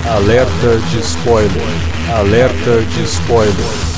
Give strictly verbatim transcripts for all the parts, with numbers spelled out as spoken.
Alerta de spoiler. Alerta de spoiler.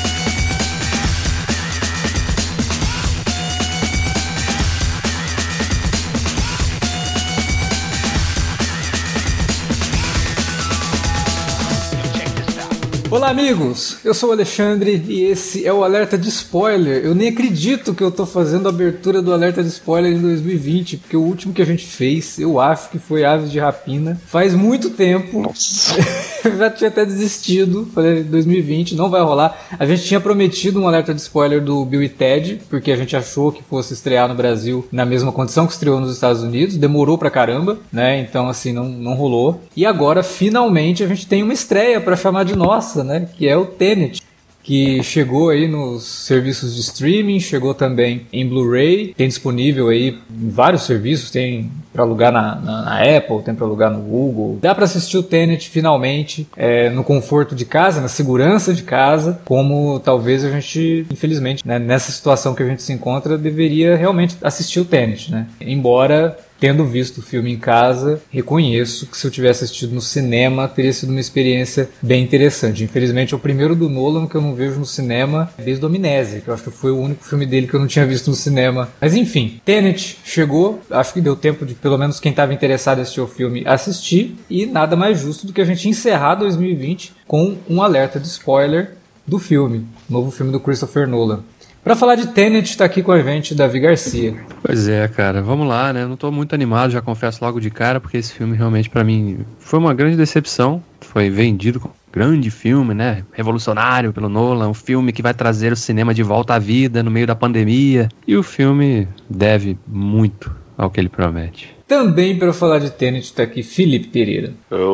Olá amigos, eu sou o Alexandre e esse é o Alerta de Spoiler. Eu nem acredito que eu tô fazendo a abertura do Alerta de Spoiler em dois mil e vinte, porque o último que a gente fez, eu acho que foi Aves de Rapina, faz muito tempo. Nossa. Eu já tinha até desistido, falei dois mil e vinte, não vai rolar. A gente tinha prometido um Alerta de Spoiler do Bill e Ted, porque a gente achou que fosse estrear no Brasil na mesma condição que estreou nos Estados Unidos, demorou pra caramba, né, então assim, não, não rolou. E agora, finalmente, a gente tem uma estreia pra chamar de nossa, né, que é o Tenet, que chegou aí nos serviços de streaming, chegou também em Blu-ray, tem disponível aí em vários serviços, tem para alugar na, na, na Apple, tem para alugar no Google. Dá para assistir o Tenet finalmente é, no conforto de casa, na segurança de casa, como talvez a gente, infelizmente, né, nessa situação que a gente se encontra, deveria realmente assistir o Tenet, né? Embora, tendo visto o filme em casa, reconheço que se eu tivesse assistido no cinema, teria sido uma experiência bem interessante. Infelizmente é o primeiro do Nolan que eu não vejo no cinema desde o Amnésia, que eu acho que foi o único filme dele que eu não tinha visto no cinema. Mas enfim, Tenet chegou, acho que deu tempo de pelo menos quem estava interessado em assistir o filme assistir, e nada mais justo do que a gente encerrar dois mil e vinte com um alerta de spoiler do filme, novo filme do Christopher Nolan. Pra falar de Tenet, tá aqui com a gente Davi Garcia. Pois é, cara, vamos lá, né? Não tô muito animado, já confesso logo de cara, porque esse filme realmente pra mim foi uma grande decepção. Foi vendido como um grande filme, né? Revolucionário pelo Nolan, um filme que vai trazer o cinema de volta à vida no meio da pandemia. E o filme deve muito ao que ele promete. Também para falar de Tenet tá aqui Felipe Pereira.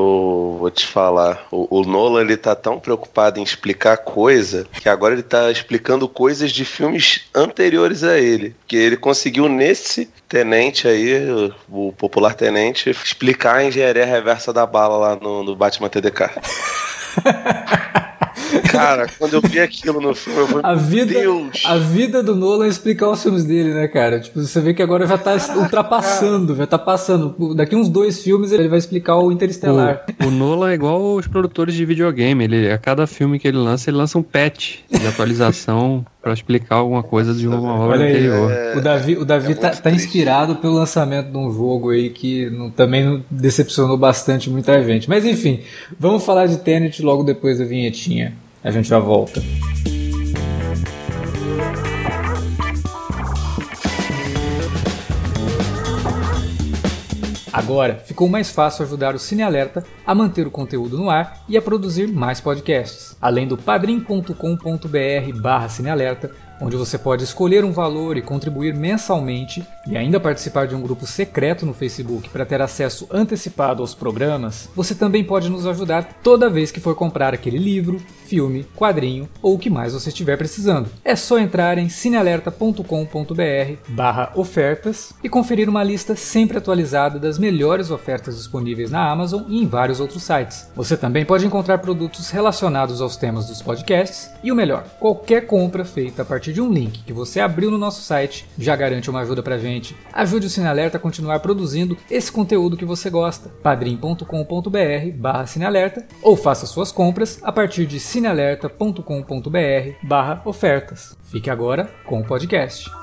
Eu vou te falar, o, o Nolan ele tá tão preocupado em explicar coisa que agora ele tá explicando coisas de filmes anteriores a ele, que ele conseguiu nesse Tenet aí, o, o popular Tenet, explicar a engenharia reversa da bala lá no, no Batman T D K. Cara, quando eu vi aquilo no filme, eu falei, a vida, Deus! A vida do Nolan é explicar os filmes dele, né, cara? Tipo, você vê que agora já tá ultrapassando, já tá passando. Daqui uns dois filmes ele vai explicar o Interestelar. O, o Nolan é igual os produtores de videogame. Ele, a cada filme que ele lança, ele lança um patch de atualização pra explicar alguma coisa de uma obra Olha aí, anterior. É, o Davi, o Davi é tá, tá inspirado pelo lançamento de um jogo aí que não, também decepcionou bastante muita gente. Mas enfim, vamos falar de Tenet logo depois da vinhetinha. A gente já volta. Agora, ficou mais fácil ajudar o Cine Alerta a manter o conteúdo no ar e a produzir mais podcasts. Além do padrim ponto com ponto br barra Cine Alerta, onde você pode escolher um valor e contribuir mensalmente e ainda participar de um grupo secreto no Facebook para ter acesso antecipado aos programas, você também pode nos ajudar toda vez que for comprar aquele livro, filme, quadrinho ou o que mais você estiver precisando. É só entrar em cinealerta ponto com ponto br barra ofertas e conferir uma lista sempre atualizada das melhores ofertas disponíveis na Amazon e em vários outros sites. Você também pode encontrar produtos relacionados aos temas dos podcasts e o melhor, qualquer compra feita a partir de um link que você abriu no nosso site já garante uma ajuda pra gente. Ajude o Cine Alerta a continuar produzindo esse conteúdo que você gosta. padrim ponto com ponto br barra Cinealerta ou faça suas compras a partir de cinealerta ponto com ponto br barra ofertas. Fique agora com o podcast.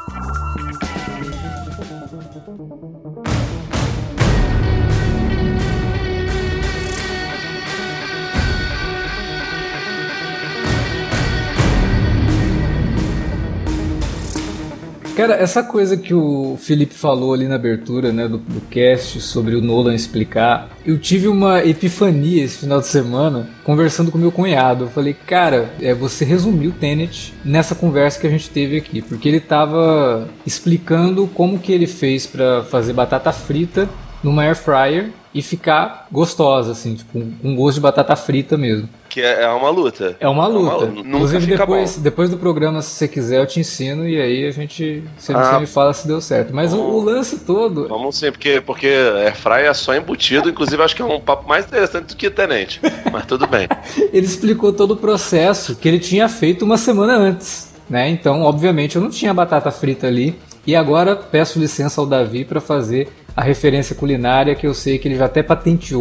Cara, essa coisa que o Felipe falou ali na abertura, né, do, do cast sobre o Nolan explicar, eu tive uma epifania esse final de semana conversando com meu cunhado. Eu falei, cara, é, você resumiu Tenet nessa conversa que a gente teve aqui, porque ele tava explicando como que ele fez pra fazer batata frita numa air fryer e ficar gostosa, assim, tipo, com gosto de batata frita mesmo. Que é uma luta. É uma luta. É uma, Inclusive, depois, depois do programa, se você quiser, eu te ensino e aí a gente, você, ah, você me fala se deu certo. Mas o, o lance todo... Vamos sim, porque, porque airfryer é só embutido, inclusive acho que é um papo mais interessante do que Tenet, mas tudo bem. Ele explicou todo o processo que ele tinha feito uma semana antes, né? Então, obviamente, eu não tinha batata frita ali. E agora peço licença ao Davi para fazer a referência culinária que eu sei que ele já até patenteou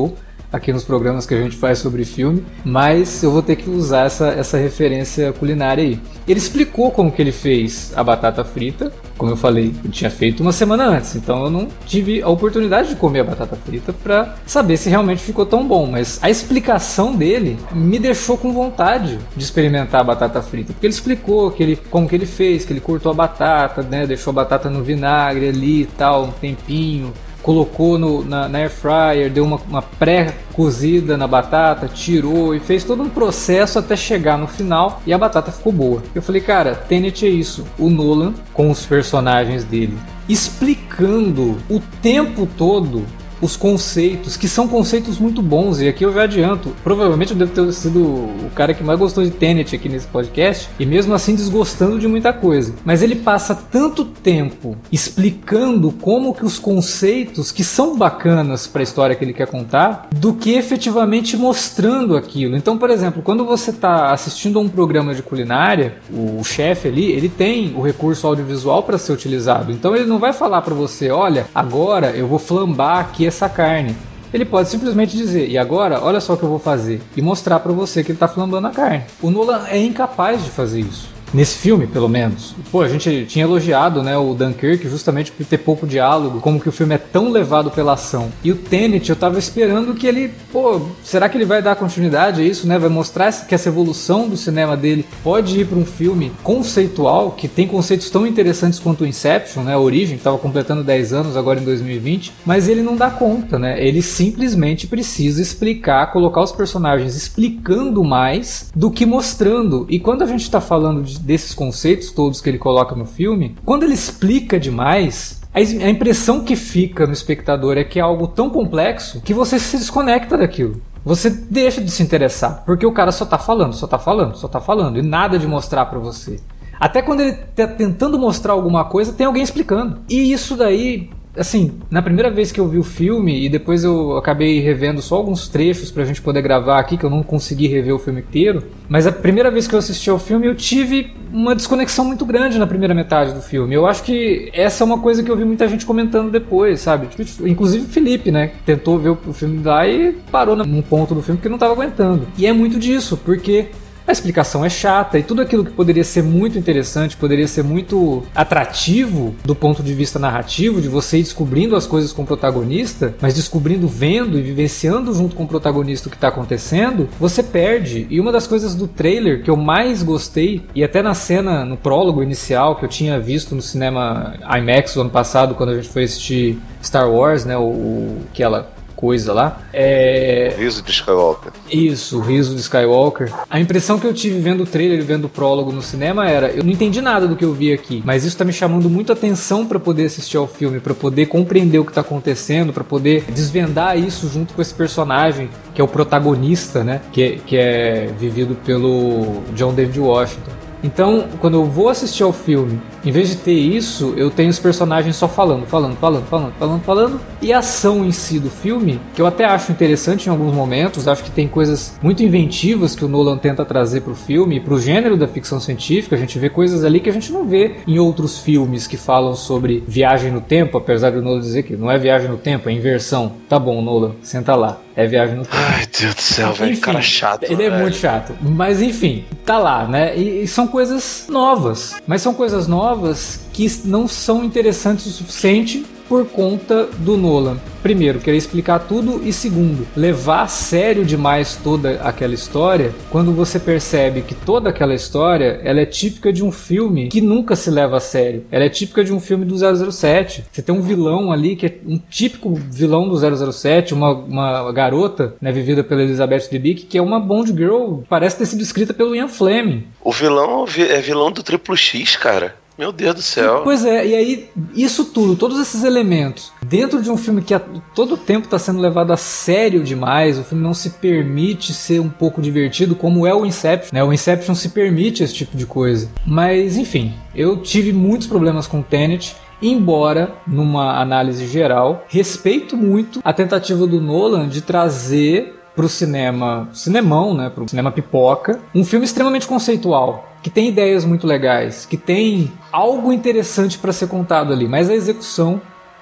aqui nos programas que a gente faz sobre filme, mas eu vou ter que usar essa, essa referência culinária aí. Ele explicou como que ele fez a batata frita. Como eu falei, eu tinha feito uma semana antes, então eu não tive a oportunidade de comer a batata frita para saber se realmente ficou tão bom, mas a explicação dele me deixou com vontade de experimentar a batata frita, porque ele explicou que ele, como que ele fez, que ele cortou a batata, né, deixou a batata no vinagre ali e tal, um tempinho, colocou no, na, na air fryer, deu uma, uma pré-cozida na batata, tirou e fez todo um processo até chegar no final e a batata ficou boa. Eu falei, cara, Tenet é isso, o Nolan com os personagens dele, explicando o tempo todo os conceitos, que são conceitos muito bons, e aqui eu já adianto, provavelmente eu devo ter sido o cara que mais gostou de Tenet aqui nesse podcast, e mesmo assim desgostando de muita coisa, mas ele passa tanto tempo explicando como que os conceitos que são bacanas para a história que ele quer contar, do que efetivamente mostrando aquilo. Então, por exemplo, quando você está assistindo a um programa de culinária, o chefe ali, ele tem o recurso audiovisual para ser utilizado, então ele não vai falar para você, olha, agora eu vou flambar aqui essa carne. Ele pode simplesmente dizer, e agora, olha só o que eu vou fazer, e mostrar pra você que ele tá flambando a carne. O Nolan é incapaz de fazer isso. Nesse filme, pelo menos. Pô, a gente tinha elogiado, né, o Dunkirk justamente por ter pouco diálogo, como que o filme é tão levado pela ação. E o Tenet, eu tava esperando que ele, pô, será que ele vai dar continuidade a isso, né? Vai mostrar que essa evolução do cinema dele pode ir para um filme conceitual, que tem conceitos tão interessantes quanto o Inception, né? A Origem, que tava completando dez anos agora em dois mil e vinte, mas ele não dá conta, né? Ele simplesmente precisa explicar, colocar os personagens explicando mais do que mostrando. E quando a gente tá falando de desses conceitos todos que ele coloca no filme, quando ele explica demais, a impressão que fica no espectador é que é algo tão complexo que você se desconecta daquilo. Você deixa de se interessar, porque o cara só tá falando, só tá falando, só tá falando, e nada de mostrar pra você. Até quando ele tá tentando mostrar alguma coisa, tem alguém explicando. E isso daí, assim, na primeira vez que eu vi o filme, e depois eu acabei revendo só alguns trechos pra gente poder gravar aqui, que eu não consegui rever o filme inteiro, mas a primeira vez que eu assisti ao filme, eu tive uma desconexão muito grande na primeira metade do filme. Eu acho que essa é uma coisa que eu vi muita gente comentando depois, sabe? Inclusive o Felipe, né? Tentou ver o filme lá e parou num ponto do filme que não tava aguentando. E é muito disso, porque a explicação é chata e tudo aquilo que poderia ser muito interessante, poderia ser muito atrativo do ponto de vista narrativo, de você ir descobrindo as coisas com o protagonista, mas descobrindo, vendo e vivenciando junto com o protagonista o que está acontecendo, você perde. E uma das coisas do trailer que eu mais gostei, e até na cena, no prólogo inicial que eu tinha visto no cinema IMAX o ano passado, quando a gente foi assistir Star Wars, né, o, o, aquela coisa lá. É... Riso de Skywalker. Isso, o riso de Skywalker. A impressão que eu tive vendo o trailer e vendo o prólogo no cinema era, eu não entendi nada do que eu vi aqui, mas isso tá me chamando muito atenção para poder assistir ao filme, para poder compreender o que tá acontecendo, para poder desvendar isso junto com esse personagem, que é o protagonista, né? Que é, que é vivido pelo John David Washington. Então, quando eu vou assistir ao filme, em vez de ter isso, eu tenho os personagens só falando, falando, falando, falando, falando, falando. E a ação em si do filme, que eu até acho interessante em alguns momentos, acho que tem coisas muito inventivas que o Nolan tenta trazer pro filme, pro gênero da ficção científica. A gente vê coisas ali que a gente não vê em outros filmes que falam sobre viagem no tempo, apesar do Nolan dizer que não é viagem no tempo, é inversão. Tá bom, Nolan, senta lá. É viagem no tempo. Ai, Deus do céu, velho, cara chato. Ele é velho. muito chato. Mas enfim, tá lá, né? E, e são coisas novas. Mas são coisas novas que não são interessantes o suficiente por conta do Nolan. Primeiro, querer explicar tudo, e segundo, levar a sério demais toda aquela história, quando você percebe que toda aquela história, ela é típica de um filme que nunca se leva a sério. Ela é típica de um filme do zero zero sete. Você tem um vilão ali que é um típico vilão do zero zero sete, uma, uma garota, né, vivida pela Elizabeth Debicki, que é uma Bond Girl, parece ter sido escrita pelo Ian Fleming. O vilão é vilão do Triplo X, cara. Meu Deus do céu. Pois é, e aí isso tudo, todos esses elementos, dentro de um filme que a todo tempo está sendo levado a sério demais, o filme não se permite ser um pouco divertido, como é o Inception, né? O Inception se permite esse tipo de coisa. Mas, enfim, eu tive muitos problemas com o Tenet, embora, numa análise geral, respeito muito a tentativa do Nolan de trazer pro cinema, cinemão, né, pro cinema pipoca, um filme extremamente conceitual, que tem ideias muito legais, que tem algo interessante para ser contado ali, mas a execução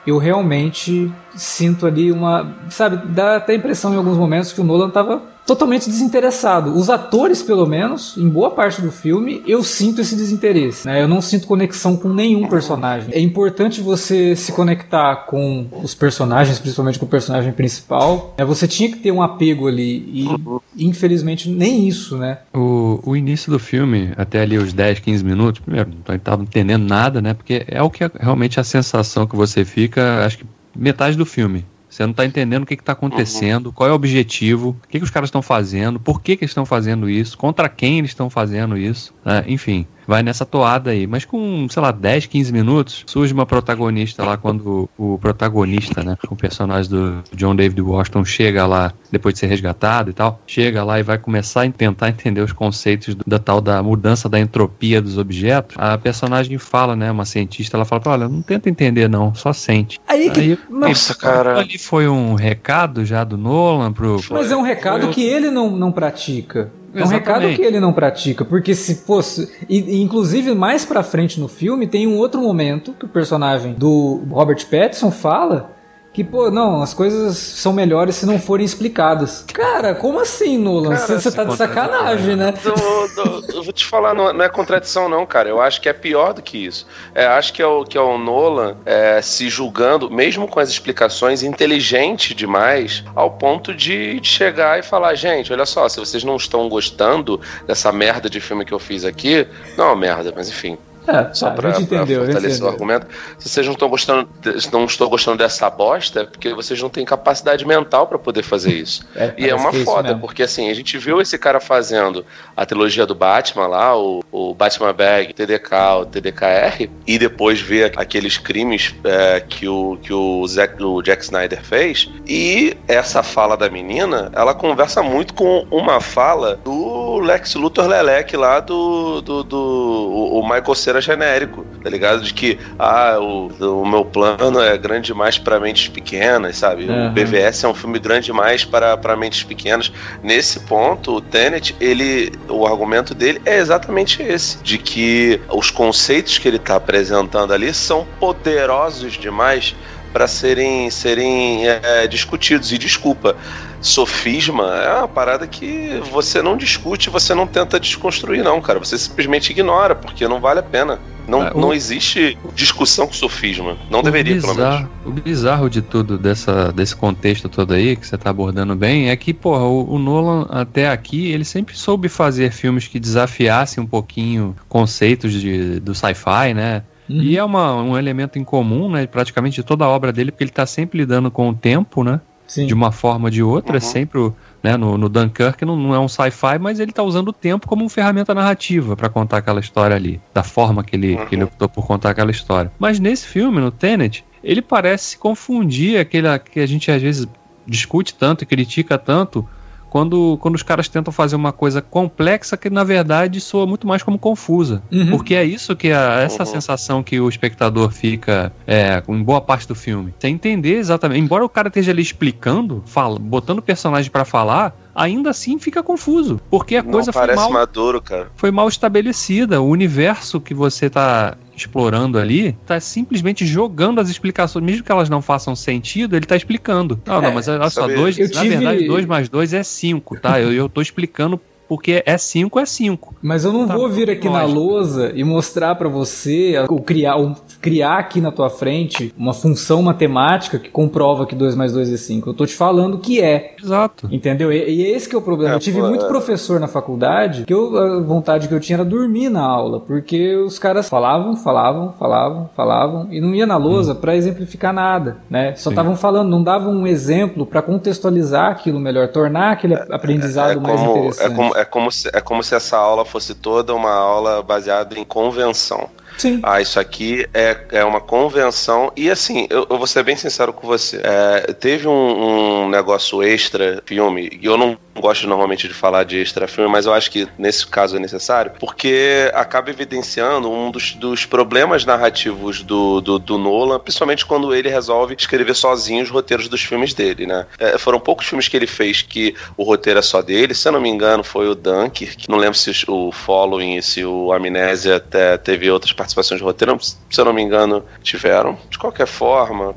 eu realmente sinto ali uma... Sabe, dá até a impressão em alguns momentos que o Nolan tava totalmente desinteressado. Os atores, pelo menos, em boa parte do filme, eu sinto esse desinteresse, né? Eu não sinto conexão com nenhum personagem. É importante você se conectar com os personagens, principalmente com o personagem principal. É, você tinha que ter um apego ali e, infelizmente, nem isso, né? O, o início do filme, até ali os dez, quinze minutos, primeiro, não estava entendendo nada, né? Porque é o que é realmente a sensação que você fica, acho que metade do filme. Você não está entendendo o que está acontecendo, uhum. qual é o objetivo, o que, que os caras estão fazendo, por que, que eles estão fazendo isso, contra quem eles estão fazendo isso, né? Enfim, vai nessa toada aí. Mas com, sei lá, dez, quinze minutos, surge uma protagonista lá, quando o protagonista, né, o personagem do John David Washington chega lá, depois de ser resgatado e tal, chega lá e vai começar a tentar entender os conceitos da tal da mudança da entropia dos objetos. A personagem fala, né, uma cientista, ela fala, olha, não tenta entender não, só sente. Aí que... Aí, Nossa, cara... Ali foi um recado já do Nolan pro... Mas é um recado foi... que ele não, não pratica. É um Exatamente. recado que ele não pratica, porque se fosse... E, inclusive, mais pra frente no filme, tem um outro momento que o personagem do Robert Pattinson fala que, pô, não, as coisas são melhores se não forem explicadas. Cara, como assim, Nolan? Você tá de sacanagem, né? Eu, eu, eu vou te falar, não, não é contradição não, cara. Eu acho que é pior do que isso. É, acho que é o, que é o Nolan é, se julgando, mesmo com as explicações, inteligente demais, ao ponto de, de chegar e falar, gente, olha só, se vocês não estão gostando dessa merda de filme que eu fiz aqui, não é uma merda, mas enfim... É, só tá, pra, entendeu, pra fortalecer o argumento. Se vocês não estão gostando, não estou gostando dessa bosta, é porque vocês não têm capacidade mental pra poder fazer isso. É, e é uma é foda, porque assim, a gente viu esse cara fazendo a trilogia do Batman lá, o, o Batman Bag, T D K, o T D K R, e depois ver aqueles crimes é, que, o, que o, Zack, o Jack Snyder fez. E essa fala da menina, ela conversa muito com uma fala do Lex Luthor Lelec lá do, do, do o, o Michael Cera genérico, tá ligado? De que, ah, o, o meu plano é grande demais para mentes pequenas, sabe? Uhum. O B V S é um filme grande demais para, para mentes pequenas. Nesse ponto, o Tenet, ele, o argumento dele é exatamente esse, de que os conceitos que ele tá apresentando ali são poderosos demais para serem, serem é, discutidos. E desculpa, sofisma é uma parada que você não discute, você não tenta desconstruir não, cara. Você simplesmente ignora, porque não vale a pena. Não, é, o... não existe discussão com sofisma. Não o deveria, bizarro, pelo menos. O bizarro de tudo, dessa, desse contexto todo aí, que você tá abordando bem, é que, porra, o, o Nolan, até aqui, ele sempre soube fazer filmes que desafiassem um pouquinho conceitos de, do sci-fi, né? Uhum. E é uma, um elemento em comum, né, praticamente de toda a obra dele, porque ele está sempre lidando com o tempo, né, Sim. de uma forma ou de outra, uhum. sempre, né, no, no Dunkirk não, não é um sci-fi, mas ele está usando o tempo como uma ferramenta narrativa para contar aquela história ali, da forma que ele, uhum. que ele optou por contar aquela história. Mas nesse filme, no Tenet, ele parece se confundir, aquele que a gente às vezes discute tanto e critica tanto, Quando, quando os caras tentam fazer uma coisa complexa que na verdade soa muito mais como confusa. Uhum. Porque é isso que a, essa uhum. sensação que o espectador fica é, em boa parte do filme. Sem entender exatamente. Embora o cara esteja ali explicando, fala, botando o personagem pra falar, ainda assim fica confuso. Porque a Não coisa foi mal, maduro, cara. foi mal estabelecida. O universo que você tá explorando ali, tá simplesmente jogando as explicações, mesmo que elas não façam sentido, ele tá explicando. Não, é, não, mas olha só, dois, na tive... verdade, dois mais dois é cinco, tá? Eu, eu tô explicando porque é cinco, é cinco. Mas eu não tá, vou vir aqui lógico. na lousa e mostrar pra você, ou criar, ou criar aqui na tua frente uma função matemática que comprova que dois mais dois é cinco. Eu tô te falando que é. Exato. Entendeu? E, e esse que é o problema. É, eu tive pô, muito é... professor na faculdade que eu, a vontade que eu tinha era dormir na aula, porque os caras falavam, falavam, falavam, falavam e não ia na lousa hum. pra exemplificar nada, né? Só estavam falando, não davam um exemplo pra contextualizar aquilo melhor, tornar aquele aprendizado é, é mais como, interessante. É como É como, se, é como se essa aula fosse toda uma aula baseada em convenção. Sim. Ah, isso aqui é, é uma convenção. E assim, eu, eu vou ser bem sincero com você. É, teve um, um negócio extra filme, e eu não gosto normalmente de falar de extra filme, mas eu acho que nesse caso é necessário, porque acaba evidenciando um dos, dos problemas narrativos do, do, do Nolan, principalmente quando ele resolve escrever sozinho os roteiros dos filmes dele, né? É, foram poucos filmes que ele fez que o roteiro é só dele. Se eu não me engano, foi o Dunkirk. Não lembro se o Following e se o Amnésia até teve outras participações de roteiro. Se eu não me engano, tiveram. De qualquer forma,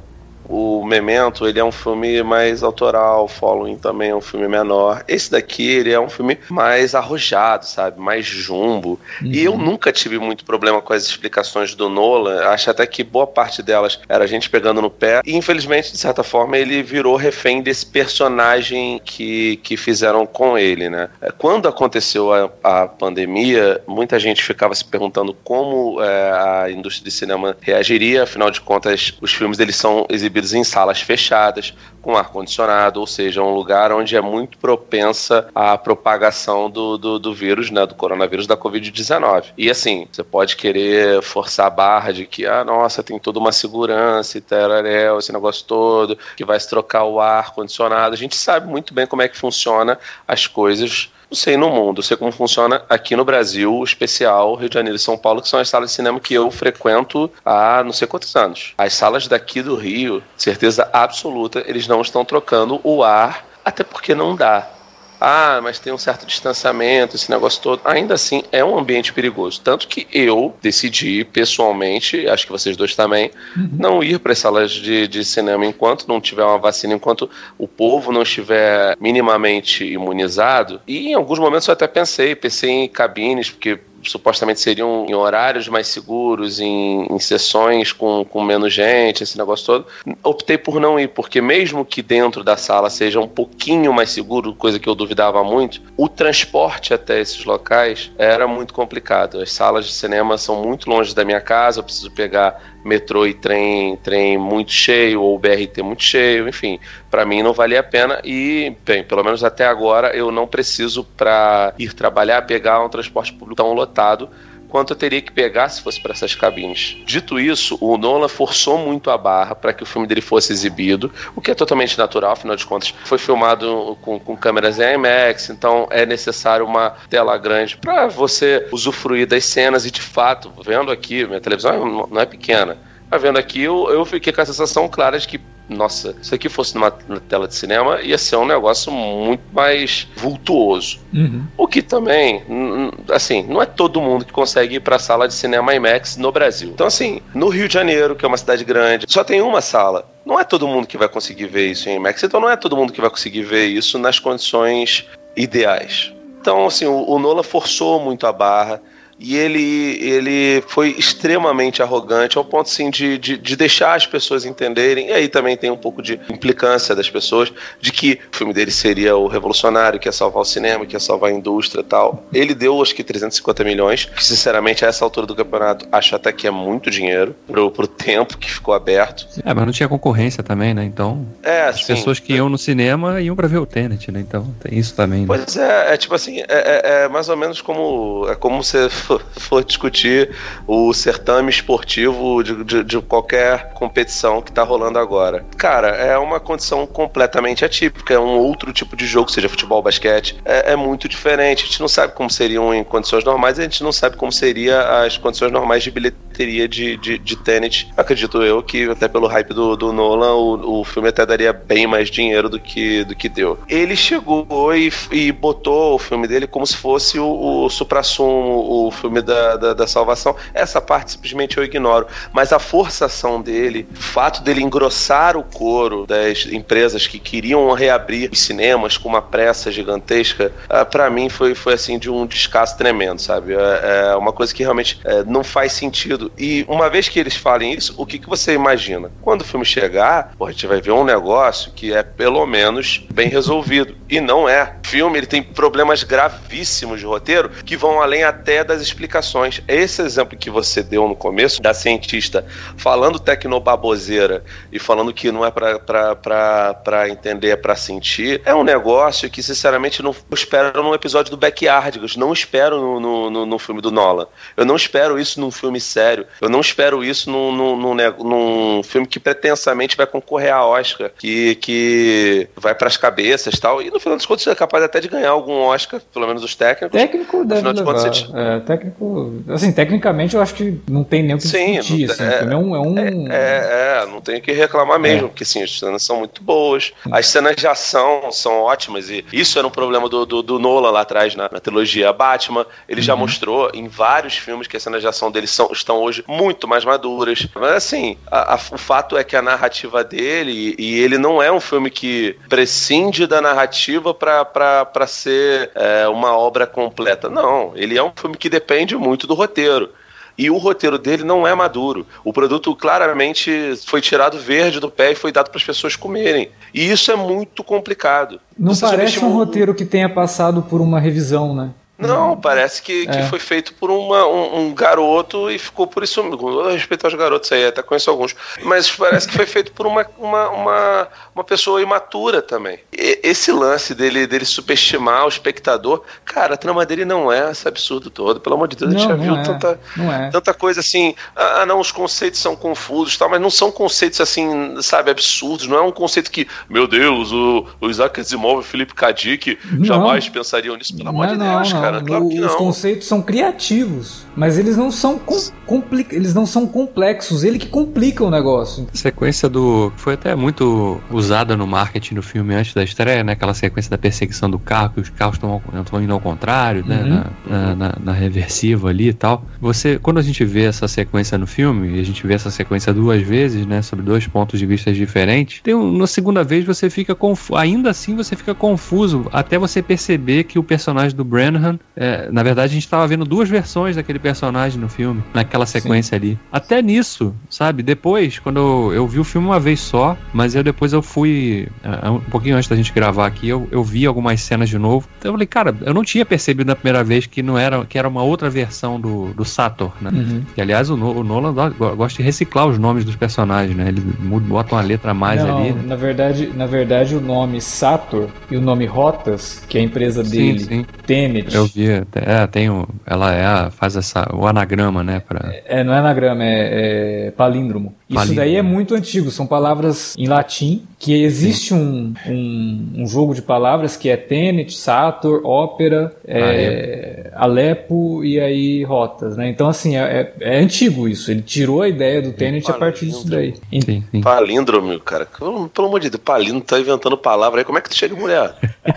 o Memento, ele é um filme mais autoral, o Following também é um filme menor. Esse daqui, ele é um filme mais arrojado, sabe? Mais jumbo. Uhum. E eu nunca tive muito problema com as explicações do Nolan. Acho até que boa parte delas era a gente pegando no pé. E, infelizmente, de certa forma, ele virou refém desse personagem que, que fizeram com ele, né? Quando aconteceu a, a pandemia, muita gente ficava se perguntando como é, a indústria de cinema reagiria. Afinal de contas, os filmes deles são exibidos em salas fechadas, com ar-condicionado, ou seja, um lugar onde é muito propensa à propagação do, do, do vírus, né, do coronavírus, da covid dezenove. E assim, você pode querer forçar a barra de que, ah, nossa, tem toda uma segurança e teraréu, esse negócio todo, que vai se trocar o ar-condicionado. A gente sabe muito bem como é que funciona as coisas. Não sei no mundo, eu sei como funciona aqui no Brasil, especial Rio de Janeiro e São Paulo, que são as salas de cinema que eu frequento há não sei quantos anos. As salas daqui do Rio, certeza absoluta, eles não estão trocando o ar, até porque não dá. Ah, mas tem um certo distanciamento, esse negócio todo. Ainda assim, é um ambiente perigoso. Tanto que eu decidi, pessoalmente, acho que vocês dois também, uhum. não ir para as salas de, de cinema enquanto não tiver uma vacina, enquanto o povo não estiver minimamente imunizado. E em alguns momentos eu até pensei, pensei em cabines, porque supostamente seriam em horários mais seguros, em, em sessões com, com menos gente, esse negócio todo. Optei por não ir, porque mesmo que dentro da sala seja um pouquinho mais seguro, coisa que eu duvidava muito, o transporte até esses locais era muito complicado. As salas de cinema são muito longe da minha casa, eu preciso pegar metrô e trem, trem muito cheio, ou B R T muito cheio, enfim, para mim não valia a pena e, bem, pelo menos até agora eu não preciso, para ir trabalhar, pegar um transporte público tão lotado quanto eu teria que pegar se fosse para essas cabines. Dito isso, o Nolan forçou muito a barra para que o filme dele fosse exibido, o que é totalmente natural, afinal de contas, foi filmado com, com câmeras em IMAX, então é necessário uma tela grande para você usufruir das cenas e, de fato, vendo aqui, minha televisão não é pequena, mas vendo aqui eu, eu fiquei com a sensação clara de que, nossa, se aqui fosse numa, numa tela de cinema, ia ser um negócio muito mais vultuoso. Uhum. O que também, assim, não é todo mundo que consegue ir pra sala de cinema IMAX no Brasil. Então, assim, no Rio de Janeiro, que é uma cidade grande, só tem uma sala. Não é todo mundo que vai conseguir ver isso em IMAX, então não é todo mundo que vai conseguir ver isso nas condições ideais. Então, assim, o, o Nolan forçou muito a barra. E ele, ele foi extremamente arrogante ao ponto, assim, de, de, de deixar as pessoas entenderem, e aí também tem um pouco de implicância das pessoas, de que o filme dele seria o revolucionário, que ia salvar o cinema, que ia salvar a indústria e tal. Ele deu, acho que, trezentos e cinquenta milhões, que, sinceramente, a essa altura do campeonato, acho até que é muito dinheiro pro, pro tempo que ficou aberto. É, mas não tinha concorrência também, né? Então, é, as sim, pessoas que iam no cinema iam pra ver o Tenet, né? Então, tem isso também, né? Pois é, é tipo assim, é, é, é mais ou menos como, é como você for discutir o certame esportivo de, de, de qualquer competição que tá rolando agora. Cara, é uma condição completamente atípica, é um outro tipo de jogo, seja futebol, basquete, é, é muito diferente. A gente não sabe como seriam em condições normais, a gente não sabe como seria as condições normais de bilheteria de, de, de Tenet. Acredito eu que, até pelo hype do, do Nolan, o, o filme até daria bem mais dinheiro do que, do que deu. Ele chegou e, e botou o filme dele como se fosse o, o suprassumo, o filme da Da, da, da salvação. Essa parte simplesmente eu ignoro, mas a forçação dele, o fato dele engrossar o coro das empresas que queriam reabrir os cinemas com uma pressa gigantesca, uh, pra mim foi, foi assim de um descaso tremendo, sabe? É, é uma coisa que realmente é, não faz sentido. E uma vez que eles falem isso, o que, que você imagina? Quando o filme chegar, pô, a gente vai ver um negócio que é pelo menos bem resolvido, e não é. O filme ele tem problemas gravíssimos de roteiro que vão além até das explicações. Esse exemplo que você deu no começo, da cientista falando tecnobaboseira e falando que não é pra, pra, pra, pra entender, é pra sentir, é um negócio que, sinceramente, não espero num episódio do Backyard, eu não espero no, no, no filme do Nolan. Eu não espero isso num filme sério. Eu não espero isso num, num, num, num filme que pretensamente vai concorrer a Oscar, que, que vai pras cabeças e tal, e no final dos contos é capaz até de ganhar algum Oscar, pelo menos os técnicos. Técnico deve levar. Contos, gente... é, técnico assim, tecnicamente eu acho que não tem nem o que Sim, discutir, assim, é, é, um, é, um... é, é, não tem o que reclamar mesmo, é. Porque sim, as cenas são muito boas, as cenas de ação são ótimas, e isso era um problema do, do, do Nolan lá atrás, na, na trilogia Batman, ele uhum. já mostrou em vários filmes que as cenas de ação dele são, estão são hoje muito mais maduras. Mas assim, a, a, o fato é que a narrativa dele, e ele não é um filme que prescinde da narrativa pra, pra, pra ser é, uma obra completa. Não, ele é um filme que depende muito do roteiro. E o roteiro dele não é maduro. O produto claramente foi tirado verde do pé e foi dado para as pessoas comerem. E isso é muito complicado. Não Você parece um roteiro que tenha passado por uma revisão, né? Não, parece que, é. que foi feito por uma, um, um garoto e ficou por isso. Com respeito aos garotos aí, até conheço alguns. Mas parece que foi feito por uma, uma, uma, uma pessoa imatura também. E, esse lance dele, dele subestimar o espectador, cara, a trama dele não é esse absurdo todo. Pelo amor de Deus, não, a gente já não viu é, tanta, é. tanta coisa assim. Ah, não, os conceitos são confusos, tal, mas não são conceitos assim, sabe, absurdos. Não é um conceito que, meu Deus, o, o Isaac Asimov e o Felipe K. Dick jamais pensariam nisso. Pelo amor não, de Deus, não, cara. Não. Claro que não. Os conceitos são criativos, mas eles não são com, compli, eles não são complexos. Ele que complica o negócio. A sequência do... foi até muito usada no marketing do filme antes da estreia, né? Aquela sequência da perseguição do carro, que os carros estão indo ao contrário, né? Uhum. Na, na, na, na reversiva ali e tal. Você, quando a gente vê essa sequência no filme, e a gente vê essa sequência duas vezes, né? Sobre dois pontos de vista diferentes, tem um, na segunda vez você fica confuso. Ainda assim você fica confuso, até você perceber que o personagem do Branagh, é, na verdade a gente estava vendo duas versões daquele personagem no filme, naquela sequência Sim. ali. Até nisso, sabe? Depois, quando eu, eu vi o filme uma vez só, mas eu depois eu fui, uh, um pouquinho antes da gente gravar aqui, eu, eu vi algumas cenas de novo. Então eu falei, cara, eu não tinha percebido na primeira vez que não era, que era uma outra versão do, do Sator, né? Uhum. Que aliás o, o Nolan gosta de reciclar os nomes dos personagens, né? Ele bota uma letra a mais não, ali. Né? Na verdade, na verdade o nome Sator e o nome Rotas, que é a empresa dele, sim, sim. Tenet. Eu vi, é, tem o, ela é, faz essa, o anagrama, né? Pra... É, não é anagrama, é, é palíndromo. Isso palíndromo. Daí é muito antigo, são palavras em latim, que existe um, um, um jogo de palavras que é Tenet, Sator, Ópera, é, ah, é. Alepo e aí Rotas, né? Então assim, é, é, é antigo isso, ele tirou a ideia do Tenet a partir disso daí. Sim, sim. Palíndromo, cara, pelo, pelo amor de Deus, palíndromo, tá inventando palavra aí, como é que tu chega em mulher?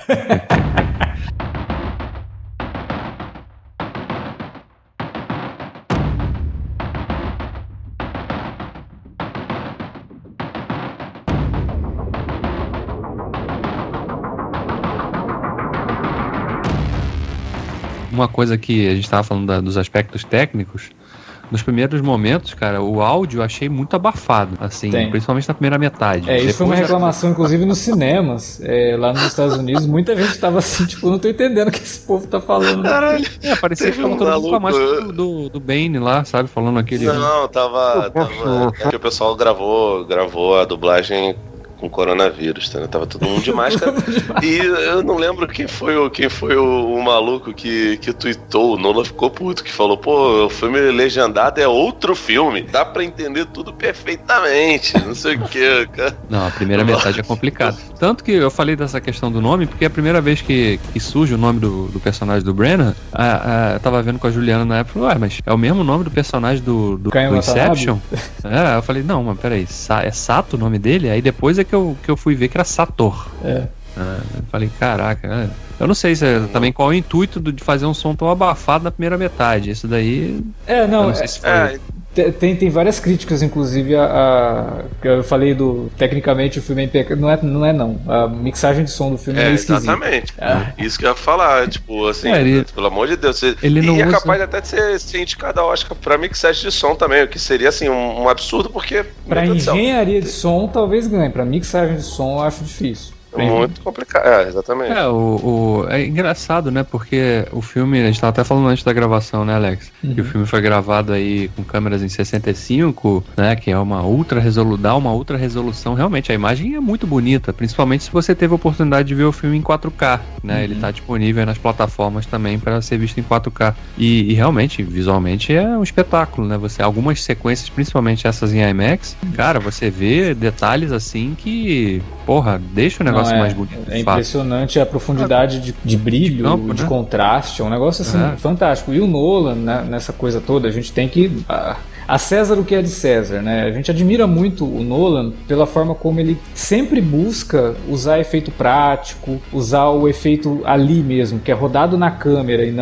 Uma coisa que a gente estava falando da, dos aspectos técnicos, nos primeiros momentos, cara, o áudio eu achei muito abafado, assim, Tem. principalmente na primeira metade. É, isso Depois foi uma reclamação, já... inclusive, nos cinemas, é, lá nos Estados Unidos, muita gente estava assim, tipo, não tô entendendo o que esse povo tá falando. Caralho. É, parecia que tava um todo mundo com a máscara do, do, do Bane lá, sabe, falando aquele... Não, não, tava... tava é que o pessoal gravou, gravou a dublagem com coronavírus, tá? Tava todo mundo de máscara. E eu não lembro quem foi o, quem foi o, o maluco que, que tweetou. O Nolan ficou puto, que falou: pô, o filme legendado é outro filme, dá pra entender tudo perfeitamente, não sei o que, cara. Não, a primeira metade é complicada. Tanto que eu falei dessa questão do nome, porque a primeira vez que, que surge o nome do, do personagem do Branagh, a, a, eu tava vendo com a Juliana na época, ué, mas é o mesmo nome do personagem do, do, do Inception? É, eu falei, não, mas peraí, é Sato o nome dele? Aí depois é que eu, que eu fui ver que era Sator. É. Ah, eu falei, caraca, é. Eu não sei se é, também qual é o intuito de fazer um som tão abafado na primeira metade. Isso daí. É, não, eu não é, sei se foi. É, tem, tem várias críticas, inclusive a, a. Eu falei do. Tecnicamente o filme é impecável. Não é, não é, não. A mixagem de som do filme é, é esquisita. Exatamente. É. Isso que eu ia falar. Tipo, assim, é, ele, pelo amor de Deus. Ele e não é usa... capaz até de ser, ser indicado a Oscar pra mixagem de som também, o que seria, assim, um, um absurdo, porque. Pra engenharia de som, talvez ganhe. Pra mixagem de som, eu acho difícil. Muito complicado, é, exatamente. É, o, o, é engraçado, né? Porque o filme, a gente tava até falando antes da gravação, né, Alex? Uhum. Que o filme foi gravado aí com câmeras em sessenta e cinco, né? Que é uma ultra resolução, dá uma ultra resolução. Realmente, a imagem é muito bonita, principalmente se você teve a oportunidade de ver o filme em quatro K, né? Uhum. Ele tá disponível nas plataformas também para ser visto em quatro K. E, e realmente, visualmente, é um espetáculo, né? Você, algumas sequências, principalmente essas em IMAX, cara, você vê detalhes assim que, porra, deixa o negócio Não, é, mais bonito. É impressionante a profundidade de, de brilho, de, campo, de né? contraste, é um negócio assim é. fantástico. E o Nolan, né, nessa coisa toda, a gente tem que... A, a César o que é de César, né? A gente admira muito o Nolan pela forma como ele sempre busca usar efeito prático, usar o efeito ali mesmo, que é rodado na câmera e não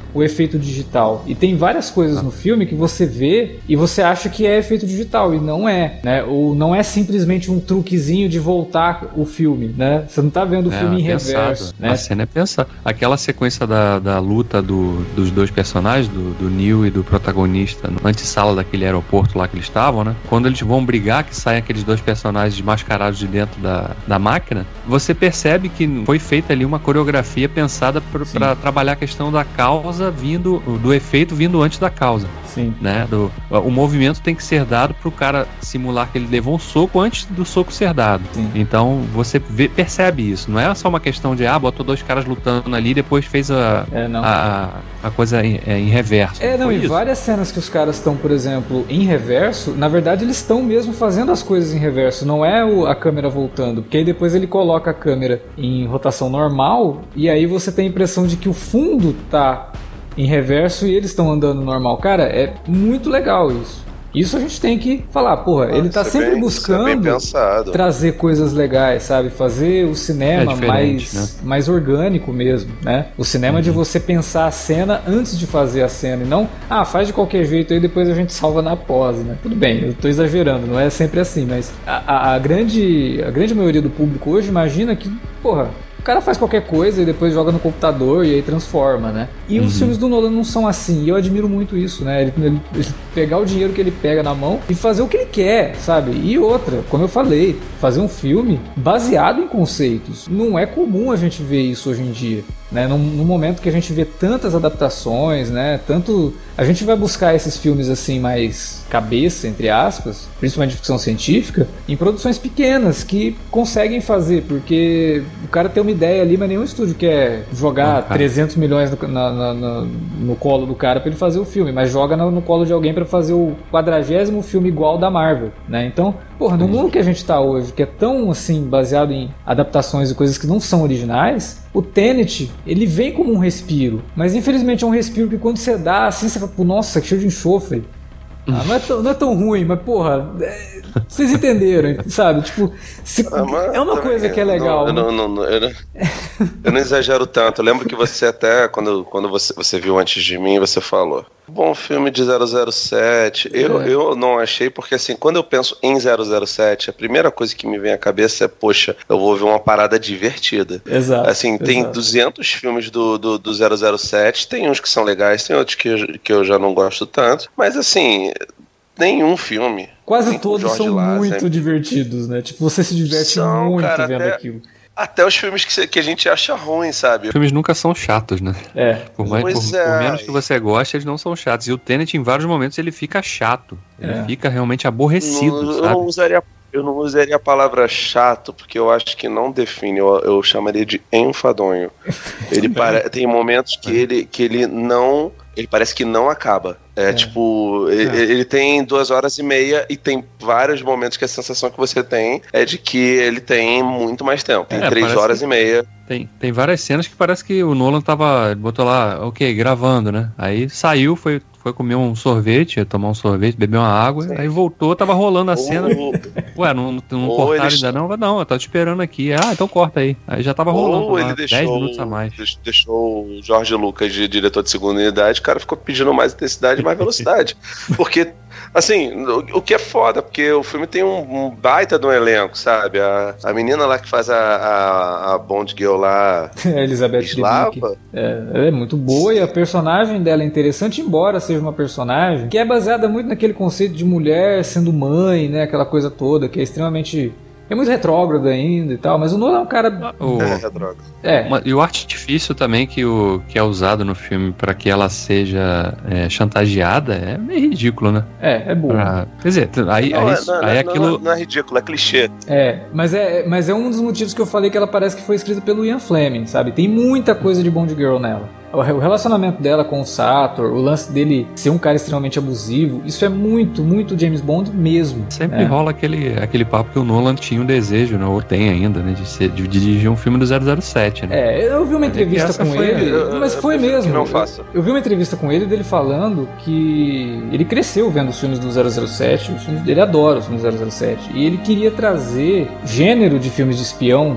o efeito digital. E tem várias coisas no filme que você vê e você acha que é efeito digital, e não é, né? Ou não é simplesmente um truquezinho de voltar o filme, né? Você não tá vendo o É, filme em pensado. reverso, né? A cena é pensada. Aquela sequência da, da luta do, dos dois personagens, do, do Neo e do protagonista, na antessala daquele aeroporto lá que eles estavam, né? Quando eles vão brigar, que saem aqueles dois personagens mascarados de dentro da, da máquina, você percebe que foi feita ali uma coreografia pensada para trabalhar a questão da causa vindo, do efeito vindo antes da causa. Sim. Né? Do, o movimento tem que ser dado pro cara simular que ele levou um soco antes do soco ser dado. Sim. Então você vê, percebe isso. Não é só uma questão de, ah, botou dois caras lutando ali e depois fez a, É, não. a, a coisa em, é, em reverso. É, não, Foi e isso? várias cenas que os caras estão, por exemplo, em reverso, na verdade eles estão mesmo fazendo as coisas em reverso, não é o, a câmera voltando, porque aí depois ele coloca a câmera em rotação normal e aí você tem a impressão de que o fundo tá em reverso e eles estão andando normal. Cara, é muito legal isso. Isso a gente tem que falar, porra, Ah, ele tá isso é sempre bem- isso é bem buscando pensado. trazer coisas legais, sabe? Fazer o cinema É diferente, mais, mais orgânico mesmo, né? O cinema de você pensar a cena antes de fazer a cena e não, ah, faz de qualquer jeito aí depois a gente salva na pós, né? Tudo bem, eu tô exagerando, não é sempre assim, mas a, a, a grande, a grande maioria do público hoje imagina que, porra, o cara faz qualquer coisa e depois joga no computador e aí transforma, né? E os filmes do Nolan não são assim, e eu admiro muito isso, né? Ele, ele, ele pegar o dinheiro que ele pega na mão e fazer o que ele quer, sabe? E outra, como eu falei, fazer um filme baseado em conceitos. Não é comum a gente ver isso hoje em dia, né? Num, num momento que a gente vê tantas adaptações, né? Tanto... A gente vai buscar esses filmes assim mais cabeça, entre aspas, principalmente de ficção científica, em produções pequenas que conseguem fazer, porque o cara tem uma ideia ali, mas nenhum estúdio quer jogar Não, trezentos milhões no, na, na, na, no colo do cara pra ele fazer o filme, mas joga no, no colo de alguém pra fazer o quadragésimo filme igual da Marvel, né? Então, porra, no mundo que a gente tá hoje, que é tão assim, baseado em adaptações e coisas que não são originais, o Tenet, ele vem como um respiro, mas infelizmente é um respiro que quando você dá, assim, você fala, pô, nossa, que cheio de enxofre. Ah, não, é tão, não é tão ruim, mas porra, é, vocês entenderam, sabe? Tipo, se, Ah, mas é uma também, coisa que é legal. Eu não, não, não, eu, não, eu não exagero tanto. Eu lembro que você até, quando, quando você, você viu Antes de Mim, você falou, bom filme de zero zero sete. Eu, É. eu não achei, porque assim, quando eu penso em zero zero sete, a primeira coisa que me vem à cabeça é, poxa, eu vou ver uma parada divertida. Exato. Assim, tem exato. duzentos filmes do, do, do zero zero sete, tem uns que são legais, tem outros que, eu- que eu já não gosto tanto, mas assim, nenhum filme. Quase nem com todos Jorge são Lazenby. muito divertidos, né? Tipo, você se diverte São, muito cara, vendo até- aquilo. Até os filmes que, cê- que a gente acha ruim, sabe? Os filmes nunca são chatos, né? É. Por, mais, por, Pois por é. menos que você goste, eles não são chatos. E o Tenet, em vários momentos, ele fica chato. Ele É. fica realmente aborrecido, Não- eu, sabe? não usaria, eu não usaria a palavra chato, porque eu acho que não define, eu, eu chamaria de enfadonho. Ele para, tem momentos que ele, que ele não. Ele parece que não acaba. É, É. tipo, ele, ele tem duas horas e meia e tem vários momentos que a sensação que você tem é de que ele tem muito mais tempo. Tem É, três parece horas que- e meia. Tem, tem várias cenas que parece que o Nolan tava. Ele botou lá, ok, gravando, né? Aí saiu, foi, foi comer um sorvete, ia tomar um sorvete, beber uma água, Sim. aí voltou, tava rolando a cena. Ou, Ué, não, não Ou cortaram eles- ainda não? Não, eu tava te esperando aqui. Ah, então corta aí. Aí já tava rolando. ou lá, ele dez deixou, minutos a mais. deix- deixou o Jorge Lucas de diretor de segunda unidade, o cara ficou pedindo mais intensidade e mais velocidade. Porque, assim, o, o que é foda, porque o filme tem um, um baita de um elenco, sabe? A, a menina lá que faz a, a, a Bond Girl lá, A Elizabeth Debicki. Slava, É, ela é muito boa e a personagem dela é interessante, embora seja uma personagem que é baseada muito naquele conceito de mulher sendo mãe, né? Aquela coisa toda, que é extremamente... É muito retrógrado ainda e tal, mas o Nolan é um cara... O, é, droga. É, uma- e o artifício também que, o, que é usado no filme pra que ela seja é, chantageada é meio ridículo, né? é, é boa. Pra- quer dizer, aí, Não, aí, é, não, aí não, não, aquilo. não é ridículo, é clichê. É, mas é, mas é um dos motivos que eu falei que ela parece que foi escrita pelo Ian Fleming, sabe? Tem muita coisa de Bond Girl nela. O relacionamento dela com o Sator, o lance dele ser um cara extremamente abusivo, isso é muito, muito James Bond mesmo. Sempre né? rola aquele, aquele papo que o Nolan tinha um desejo, né? Ou tem ainda, né? De, ser, de dirigir um filme do zero zero sete, né? É, eu vi uma Mas é que entrevista essa com foi- ele, eu- mas eu foi prefiro mesmo. que não Eu- faça. Eu, vi uma entrevista com ele dele falando que ele cresceu vendo os filmes do zero zero sete, os filmes dele adora os filmes do zero zero sete, e ele queria trazer gênero de filmes de espião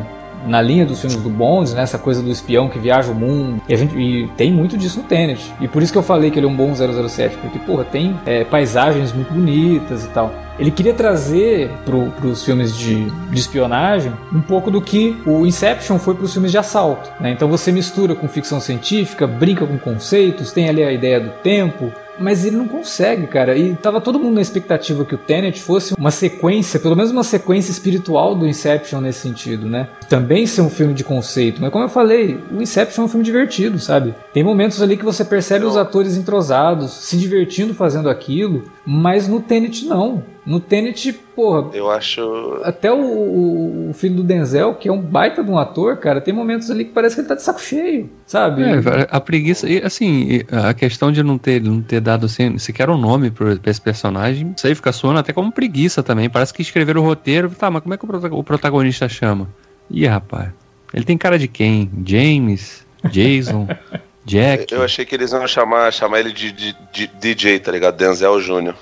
na linha dos filmes do Bond, né? Essa coisa do espião que viaja o mundo. E, a gente, e tem muito disso no Tenet. E por isso que eu falei que ele é um bom zero zero sete, porque, porra, tem é, paisagens muito bonitas e tal. Ele queria trazer para os filmes de, de espionagem um pouco do que o Inception foi para os filmes de assalto, né? Então você mistura com ficção científica, brinca com conceitos, tem ali a ideia do tempo, mas ele não consegue, cara. E tava todo mundo na expectativa que o Tenet fosse uma sequência, pelo menos uma sequência espiritual do Inception nesse sentido, né? Também ser um filme de conceito. Mas como eu falei, o Inception é um filme divertido, sabe? Tem momentos ali que você percebe os atores entrosados, se divertindo fazendo aquilo, mas no Tenet não. No Tenet, porra... Eu acho... Até o, o, o filho do Denzel, que é um baita de um ator, cara, tem momentos ali que parece que ele tá de saco cheio, sabe? É, a preguiça... E, assim, a questão de não ter, não ter dado assim, sequer um nome pra, pra esse personagem, isso aí fica soando até como preguiça também. Parece que escreveram o roteiro, tá, mas como é que o protagonista chama? Ih, rapaz, ele tem cara de quem? James? Jason? Jack? Eu achei que eles iam chamar, chamar ele de, de, de D J, tá ligado? Denzel Júnior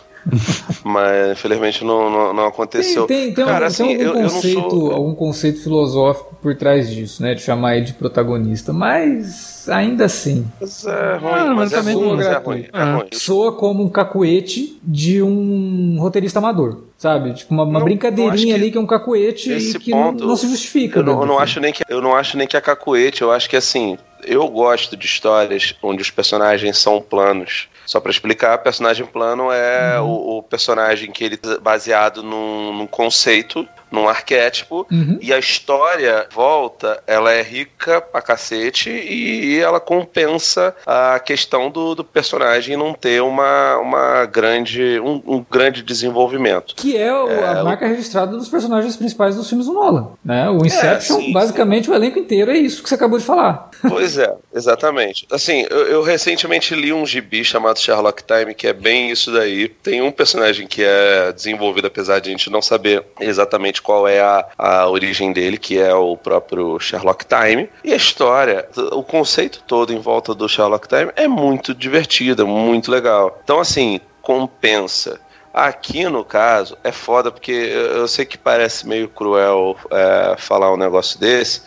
Mas infelizmente não, não, não aconteceu. Tem, tem, tem, Cara, um, assim, tem algum, eu, conceito, eu não sou... algum conceito filosófico por trás disso, né? De chamar ele de protagonista. Mas ainda assim. Mas é ruim, Ah, mas, mas é também ruim, soa mas é gratuito. ruim, é Ah. ruim. Soa como um cacuete de um roteirista amador, sabe? Tipo uma, uma Não, brincadeirinha não acho que ali que é um cacuete esse e que ponto, não, não se justifica. Eu não, dentro eu do não filme. acho nem que, eu não acho nem que é cacuete, eu acho que assim, eu gosto de histórias onde os personagens são planos. Só pra explicar, personagem plano é Uhum. o, o personagem que ele é baseado num, num conceito, num arquétipo, Uhum. e a história volta, ela é rica pra cacete e ela compensa a questão do, do personagem não ter uma, uma grande, um, um grande desenvolvimento. Que é, o- É, a o- marca registrada dos personagens principais dos filmes do Nolan, né? O Inception, sim, basicamente, o elenco inteiro é isso que você acabou de falar. Pois é, exatamente. Assim, eu, eu recentemente li um gibi chamado Sherlock Time, que é bem isso daí. Tem um personagem que é desenvolvido, apesar de a gente não saber exatamente qual é a, a origem dele, que é o próprio Sherlock Time. E a história, o conceito todo em volta do Sherlock Time é muito divertido, é muito legal. Então, assim, compensa. Aqui, no caso, é foda, porque eu, eu sei que parece meio cruel é, falar um negócio desse,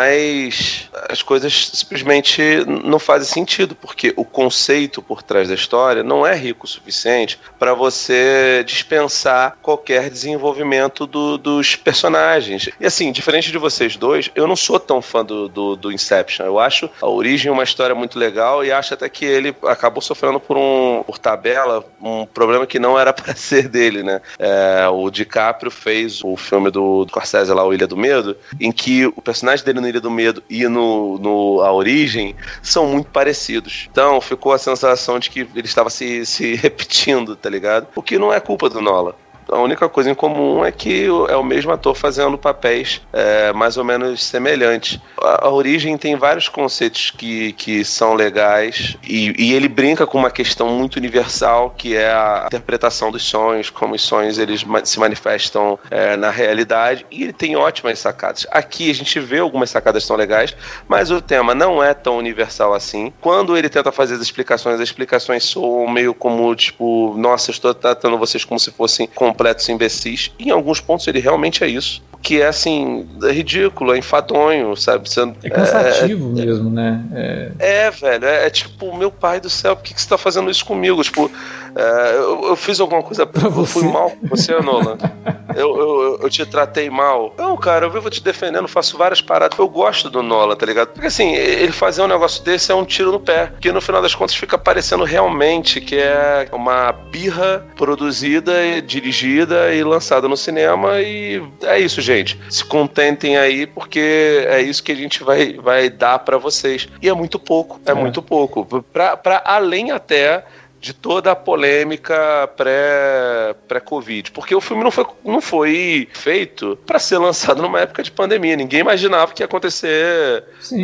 mas as coisas simplesmente não fazem sentido, porque o conceito por trás da história não é rico o suficiente para você dispensar qualquer desenvolvimento do, dos personagens. E assim, diferente de vocês dois, eu não sou tão fã do, do, do Inception. Eu acho a origem uma história muito legal e acho até que ele acabou sofrendo por um por tabela, um problema que não era para ser dele, né? É, o DiCaprio fez o filme do, do Scorsese lá, O Ilha do Medo, em que o personagem dele no Ilha do Medo e no, no A Origem são muito parecidos. Então ficou a sensação de que ele estava se, se repetindo, tá ligado? O que não é culpa do Nolan. A única coisa em comum é que é o mesmo ator fazendo papéis é, mais ou menos semelhantes. A, a Origem tem vários conceitos que, que são legais e, e ele brinca com uma questão muito universal, que é a interpretação dos sonhos, como os sonhos eles ma- se manifestam é, na realidade, e ele tem ótimas sacadas. Aqui a gente vê algumas sacadas tão legais, mas o tema não é tão universal assim. Quando ele tenta fazer as explicações, as explicações soam meio como, tipo, nossa, eu estou tratando vocês como se fossem completamente imbecis. E em alguns pontos ele realmente é isso. Que é assim, é ridículo, é enfadonho, sabe? Você, É cansativo é, mesmo, né? É... é, velho, é, é tipo, meu pai do céu, por que, que você tá fazendo isso comigo? Tipo, é, eu, eu fiz alguma coisa, Pra eu fui você? mal com você, Nolan. Eu, eu, eu te tratei mal. Não, cara, eu vivo te defendendo, faço várias paradas. Eu gosto do Nolan, tá ligado? Porque assim, ele fazer um negócio desse é um tiro no pé. Porque no final das contas fica parecendo realmente que é uma birra produzida, dirigida e lançada no cinema. E é isso, gente. Se contentem aí, porque é isso que a gente vai, vai dar pra vocês. E é muito pouco, é, É. muito pouco. Pra, pra além até de toda a polêmica pré, pré-Covid. Porque o filme não foi, não foi feito pra ser lançado numa época de pandemia. Ninguém imaginava que ia acontecer Sim. é,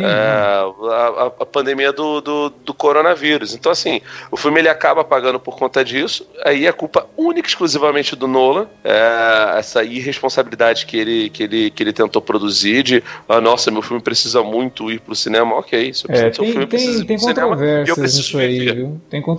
a, a pandemia do, do, do coronavírus. Então, assim, o filme ele acaba pagando por conta disso. Aí é culpa única e exclusivamente do Nolan. É, essa irresponsabilidade que ele, que, ele, que ele tentou produzir de, ah, nossa, meu filme precisa muito ir pro cinema. Ok, se eu É, preciso, seu tem, filme precisa tem, ir tem pro cinema, e eu controvérsias preciso nisso aí, viver. viu? Tem controvérsias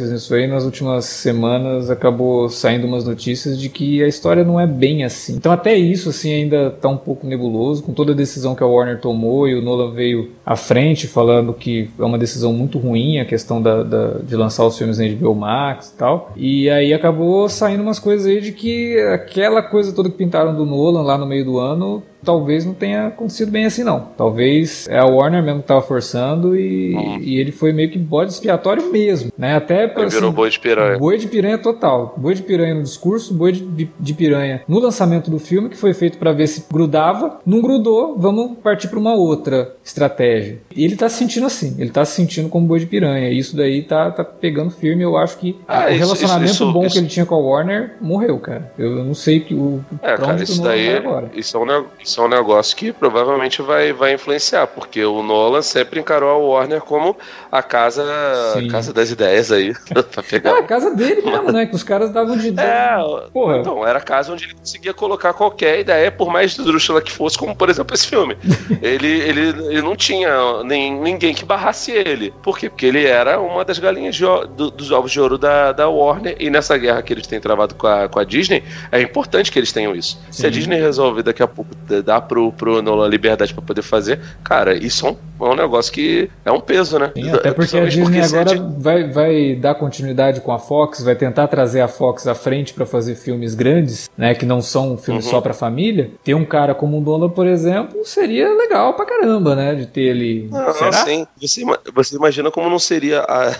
controvérsias nisso aí. Nas últimas semanas acabou saindo umas notícias de que a história não é bem assim. Então até isso assim ainda tá um pouco nebuloso, com toda a decisão que a Warner tomou, e o Nolan veio à frente falando que é uma decisão muito ruim a questão da, da, de lançar os filmes na H B O Max e tal. E aí acabou saindo umas coisas aí de que aquela coisa toda que pintaram do Nolan lá no meio do ano talvez não tenha acontecido bem assim, não. Talvez é a Warner mesmo que tava forçando e, hum. e ele foi meio que bode expiatório mesmo, né? Até ele assim, virou boi de piranha. Boi de piranha total. Boi de piranha no discurso, boi de, de, de piranha no lançamento do filme, que foi feito pra ver se grudava. Não grudou, vamos partir pra uma outra estratégia. E ele tá se sentindo assim, ele tá se sentindo como boi de piranha. E isso daí tá, tá pegando firme. Eu acho que ah, o isso, relacionamento isso, bom isso. que ele tinha com a Warner morreu, cara. Eu não sei que o é, pra cara, onde isso o Nolan daí, vai agora. Isso é um negócio. Isso é um negócio que provavelmente vai, vai influenciar, porque o Nolan sempre encarou a Warner como a casa, a casa das ideias aí. Pra pegar. É a casa dele mesmo, né? Que os caras davam de... É, porra. Então, era a casa onde ele conseguia colocar qualquer ideia, por mais esdrúxula que fosse, como por exemplo esse filme. ele, ele, ele não tinha nem, ninguém que barrasse ele. Por quê? Porque ele era uma das galinhas de, do, dos ovos de ouro da, da Warner, e nessa guerra que eles têm travado com a, com a Disney, é importante que eles tenham isso. Sim. Se a Disney resolver daqui a pouco dar pro, pro Nolan liberdade pra poder fazer, cara, isso é um, é um negócio que é um peso, né? Sim, até porque a Disney porque agora a... vai, vai dar continuidade com a Fox, vai tentar trazer a Fox à frente pra fazer filmes grandes, né, que não são filmes uhum. só pra família. Ter um cara como o Nolan, por exemplo, seria legal pra caramba, né, de ter ele... Não, Será? Sim. Você, você imagina como não seria a...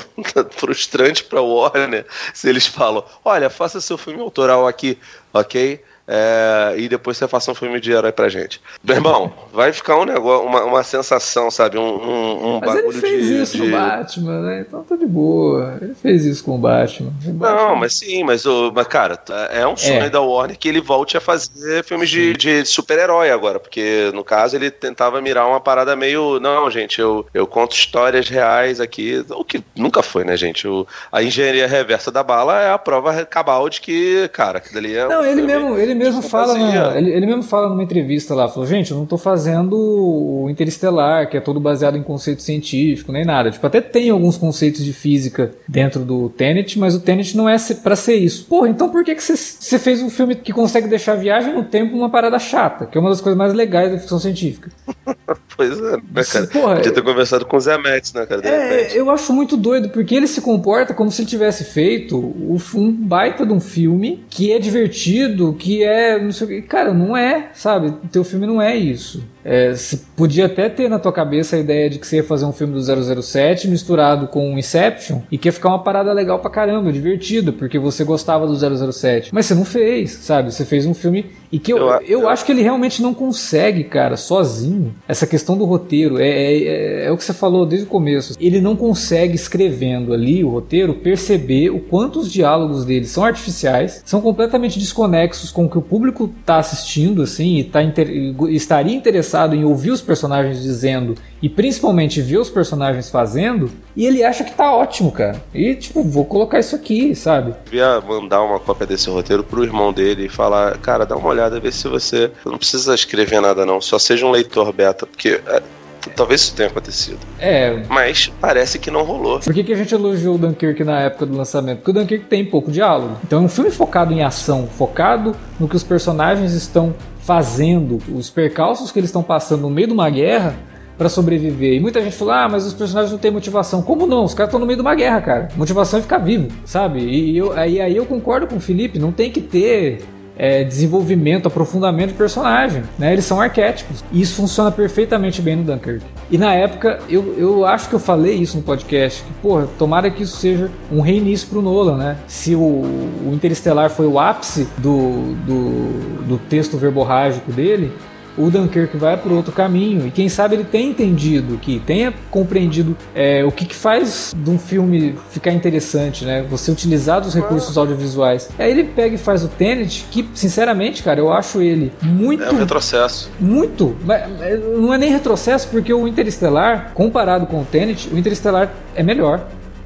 frustrante pra Warner se eles falam, olha, faça seu filme autoral aqui, ok? É, e depois você faça um filme de herói pra gente. Meu irmão, vai ficar um negócio, uma, uma sensação, sabe? Um, um, um Mas bagulho ele fez de, isso de... no Batman, né? Então tá de boa. Ele fez isso com o Batman. O Batman... Não, mas sim, mas, oh, mas cara, é um sonho é. da Warner que ele volte a fazer filmes de, de super-herói agora, porque no caso ele tentava mirar uma parada meio, não, gente, eu, eu conto histórias reais aqui, o que nunca foi, né, gente? O, a engenharia reversa da bala é a prova cabal de que, cara, aquilo ali é... Não, um ele filme... mesmo, ele mesmo fala, na, ele, ele mesmo fala numa entrevista lá, falou, gente, eu não tô fazendo o Interestelar, que é todo baseado em conceito científico, nem nada. Tipo, até tem alguns conceitos de física dentro do Tenet, mas o Tenet não é pra ser isso. Porra, então por que que você fez um filme que consegue deixar a viagem no tempo uma parada chata, que é uma das coisas mais legais da ficção científica? Pois é, né, cara? Porra, podia ter conversado com o Zé Metz, né, cara? É, eu acho muito doido, porque ele se comporta como se ele tivesse feito um baita de um filme que é divertido, que é... Não sei o que. Cara, não é, sabe? O teu filme não é isso. É, você podia até ter na tua cabeça a ideia de que você ia fazer um filme do zero zero sete misturado com um Inception e que ia ficar uma parada legal pra caramba, divertida, porque você gostava do zero zero sete. Mas você não fez, sabe? Você fez um filme e que eu, eu, eu, eu acho que ele realmente não consegue, cara, sozinho. Essa questão do roteiro é, é, é, é o que você falou desde o começo. Ele não consegue, escrevendo ali o roteiro, perceber o quanto os diálogos dele são artificiais, são completamente desconexos com o que o público tá assistindo, assim, e tá inter... estaria interessado em ouvir os personagens dizendo e principalmente ver os personagens fazendo, e ele acha que tá ótimo, cara. E tipo, vou colocar isso aqui, sabe? Devia mandar uma cópia desse roteiro pro irmão dele e falar, cara, dá uma olhada, vê se você não precisa escrever nada não, só seja um leitor beta, porque é, talvez isso tenha acontecido. É. Mas parece que não rolou. Por que, que a gente elogiou o Dunkirk na época do lançamento? Porque o Dunkirk tem pouco diálogo. Então é um filme focado em ação, focado no que os personagens estão fazendo, os percalços que eles estão passando no meio de uma guerra pra sobreviver. E muita gente falou, ah, mas os personagens não têm motivação. Como não? Os caras estão no meio de uma guerra, cara. Motivação é ficar vivo, sabe? E eu, aí, aí eu concordo com o Felipe, não tem que ter é, desenvolvimento, aprofundamento de personagem, né? Eles são arquétipos. E isso funciona perfeitamente bem no Dunkirk. E na época, eu, eu acho que eu falei isso no podcast, que, porra, tomara que isso seja um reinício pro Nolan, né? Se o, o Interestelar foi o ápice do, do, do texto verborrágico dele, o Dunkirk vai por outro caminho, e quem sabe ele tenha entendido, que tenha compreendido é, o que, que faz de um filme ficar interessante, né? Você utilizar dos recursos audiovisuais. Aí ele pega e faz o Tenet, que sinceramente, cara, eu acho ele muito... É um retrocesso. Muito. Mas não é nem retrocesso, porque o Interestelar, comparado com o Tenet, o Interestelar é melhor.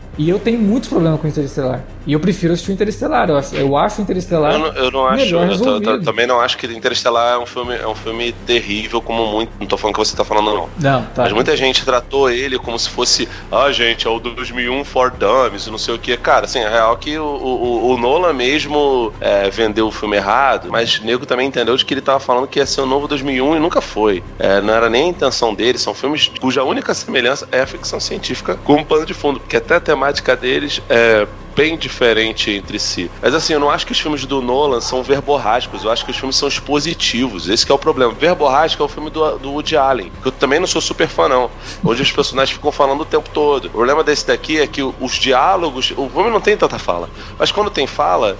E eu tenho muitos problemas com Interestelar. E eu prefiro assistir o Interestelar. Eu acho, eu acho Interestelar eu não, eu não acho, melhor eu tô, resolvido. tô, também não acho que Interestelar é um filme, é um filme terrível, como muito. Não tô falando que você tá falando, não. Não, tá. Mas muita gente tratou ele como se fosse, ah, gente, é o dois mil e um for Dummies, não sei o que. Cara, assim, é real que o, o, o Nolan mesmo é, vendeu o filme errado, mas o nego também entendeu de que ele tava falando que ia ser o novo dois mil e um e nunca foi. É, não era nem a intenção dele, são filmes cuja única semelhança é a ficção científica como pano de fundo, porque até a temática deles é bem diferente entre si. Mas assim, eu não acho que os filmes do Nolan são verborrágicos, eu acho que os filmes são expositivos, esse que é o problema. Verborrágico é o filme do, do Woody Allen, que eu também não sou super fã não, onde os personagens ficam falando o tempo todo. O problema desse daqui é que os diálogos, o filme não tem tanta fala, mas quando tem fala,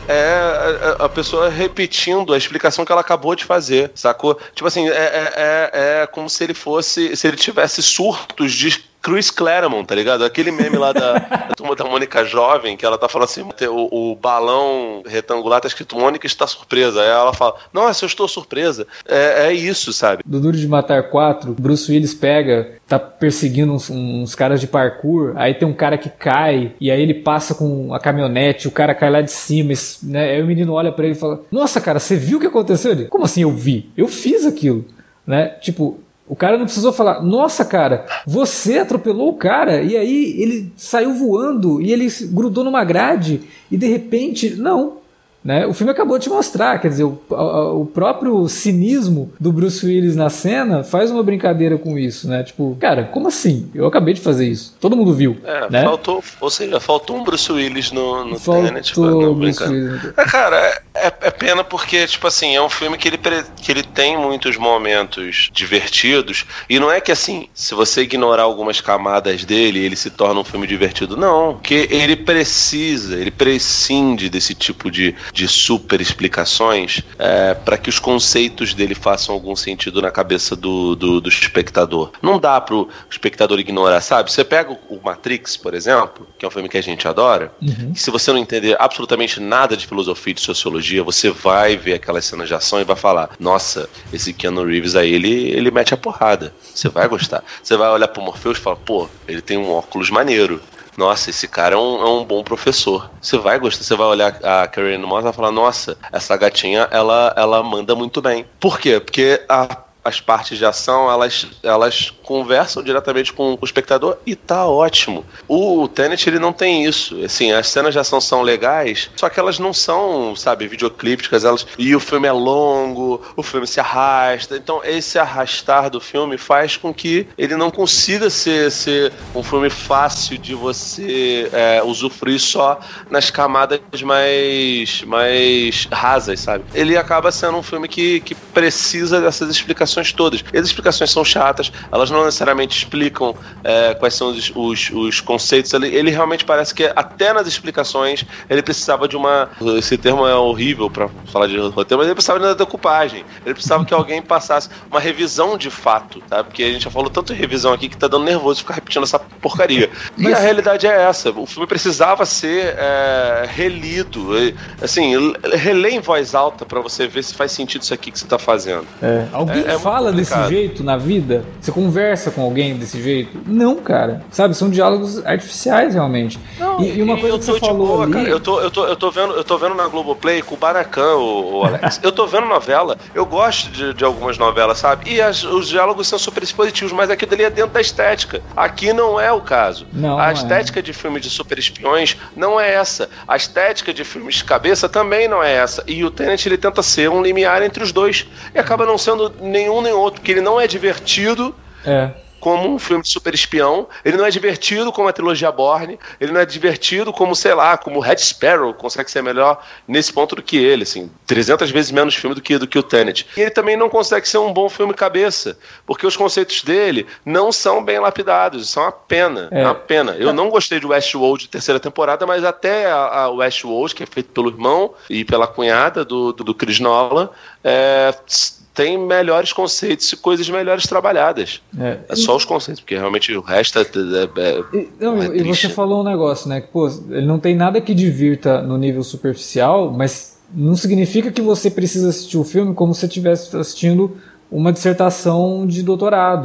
é a, a pessoa repetindo a explicação que ela acabou de fazer, sacou? Tipo assim, é, é, é, é como se ele fosse, se ele tivesse surtos de Chris Claremont, tá ligado? Aquele meme lá da, da Turma da Mônica Jovem, que ela tá falando assim, o, o balão retangular tá escrito Mônica está surpresa. Aí ela fala, nossa, eu estou surpresa. É, é isso, sabe? Do Duro de Matar quatro, Bruce Willis pega, tá perseguindo uns, uns caras de parkour, aí tem um cara que cai, e aí ele passa com a caminhonete, o cara cai lá de cima, né? Aí o menino olha pra ele e fala, nossa, cara, você viu o que aconteceu ali? Como assim eu vi? Eu fiz aquilo, né? Tipo... O cara não precisou falar, nossa, cara, você atropelou o cara, e aí ele saiu voando, e ele grudou numa grade, e de repente, não. Né? O filme acabou de mostrar, quer dizer, o, o próprio cinismo do Bruce Willis na cena faz uma brincadeira com isso, né? Tipo, cara, como assim? Eu acabei de fazer isso. Todo mundo viu. É, né? faltou, ou seja, faltou um Bruce Willis no, no faltou Tenet. Não, Bruce Willis. É, cara, é, é pena porque, tipo assim, é um filme que ele, que ele tem muitos momentos divertidos, e não é que assim, se você ignorar algumas camadas dele, ele se torna um filme divertido. Não, porque ele precisa, ele prescinde desse tipo de de super explicações é, para que os conceitos dele façam algum sentido na cabeça do, do, do espectador. Não dá pro espectador ignorar, sabe? Você pega o, o Matrix, por exemplo, que é um filme que a gente adora, uhum. e se você não entender absolutamente nada de filosofia e de sociologia, você vai ver aquelas cenas de ação e vai falar, nossa, esse Keanu Reeves aí, ele, ele mete a porrada. Você vai gostar. Você vai olhar pro Morpheus e fala, pô, ele tem um óculos maneiro. Nossa, esse cara é um, é um bom professor. Você vai gostar, você vai olhar a Carrie Ann Moss e vai falar, nossa, essa gatinha, ela, ela manda muito bem. Por quê? Porque a, as partes de ação, elas, elas conversam diretamente com o espectador e tá ótimo. O Tenet, ele não tem isso. Assim, as cenas de ação são legais, só que elas não são, sabe, videoclípticas, elas... E o filme é longo, o filme se arrasta. Então, esse arrastar do filme faz com que ele não consiga ser, ser um filme fácil de você é, usufruir só nas camadas mais, mais rasas, sabe? Ele acaba sendo um filme que, que precisa dessas explicações todas. E as explicações são chatas, elas não necessariamente explicam é, quais são os, os, os conceitos. Ele, ele realmente parece que até nas explicações ele precisava de uma... Esse termo é horrível pra falar de roteiro, mas ele precisava de uma decupagem. Ele precisava que alguém passasse uma revisão de fato, tá? Porque a gente já falou tanto de revisão aqui que tá dando nervoso ficar repetindo essa porcaria. E mas... a realidade é essa. O filme precisava ser é, relido. Assim, relê em voz alta pra você ver se faz sentido isso aqui que você tá fazendo. É. Alguém é, é fala desse jeito na vida? Você conversa com alguém desse jeito? Não, cara. Sabe, são diálogos artificiais, realmente. Não, e, e uma coisa que você falou boa, ali... Cara, eu, tô, eu, tô, eu, tô vendo, eu tô vendo na Globoplay com o Baracan, o, o Alex. Eu tô vendo novela. Eu gosto de, de algumas novelas, sabe? E as, os diálogos são super expositivos, mas aquilo ali é dentro da estética. Aqui não é o caso. Não, a não estética é. de filmes de super espiões não é essa. A estética de filmes de cabeça também não é essa. E o Tenet, ele tenta ser um limiar entre os dois. E acaba não sendo nenhum nem outro, porque ele não é divertido. É. Como um filme de super espião, ele não é divertido como a trilogia Bourne, ele não é divertido como, sei lá, como o Red Sparrow consegue ser melhor nesse ponto do que ele, assim, trezentas vezes menos filme do que, do que o Tenet. E ele também não consegue ser um bom filme cabeça, porque os conceitos dele não são bem lapidados, são uma pena, é uma pena. Eu não gostei de Westworld terceira temporada, mas até a, a Westworld, que é feito pelo irmão e pela cunhada do, do, do Chris Nolan, é... tem melhores conceitos e coisas melhores trabalhadas. É, é só os conceitos, porque realmente o resto é... é, e, não, é e você falou um negócio, né? Que, pô, ele não tem nada que divirta no nível superficial, mas não significa que você precisa assistir o filme como se você estivesse assistindo uma dissertação de doutorado.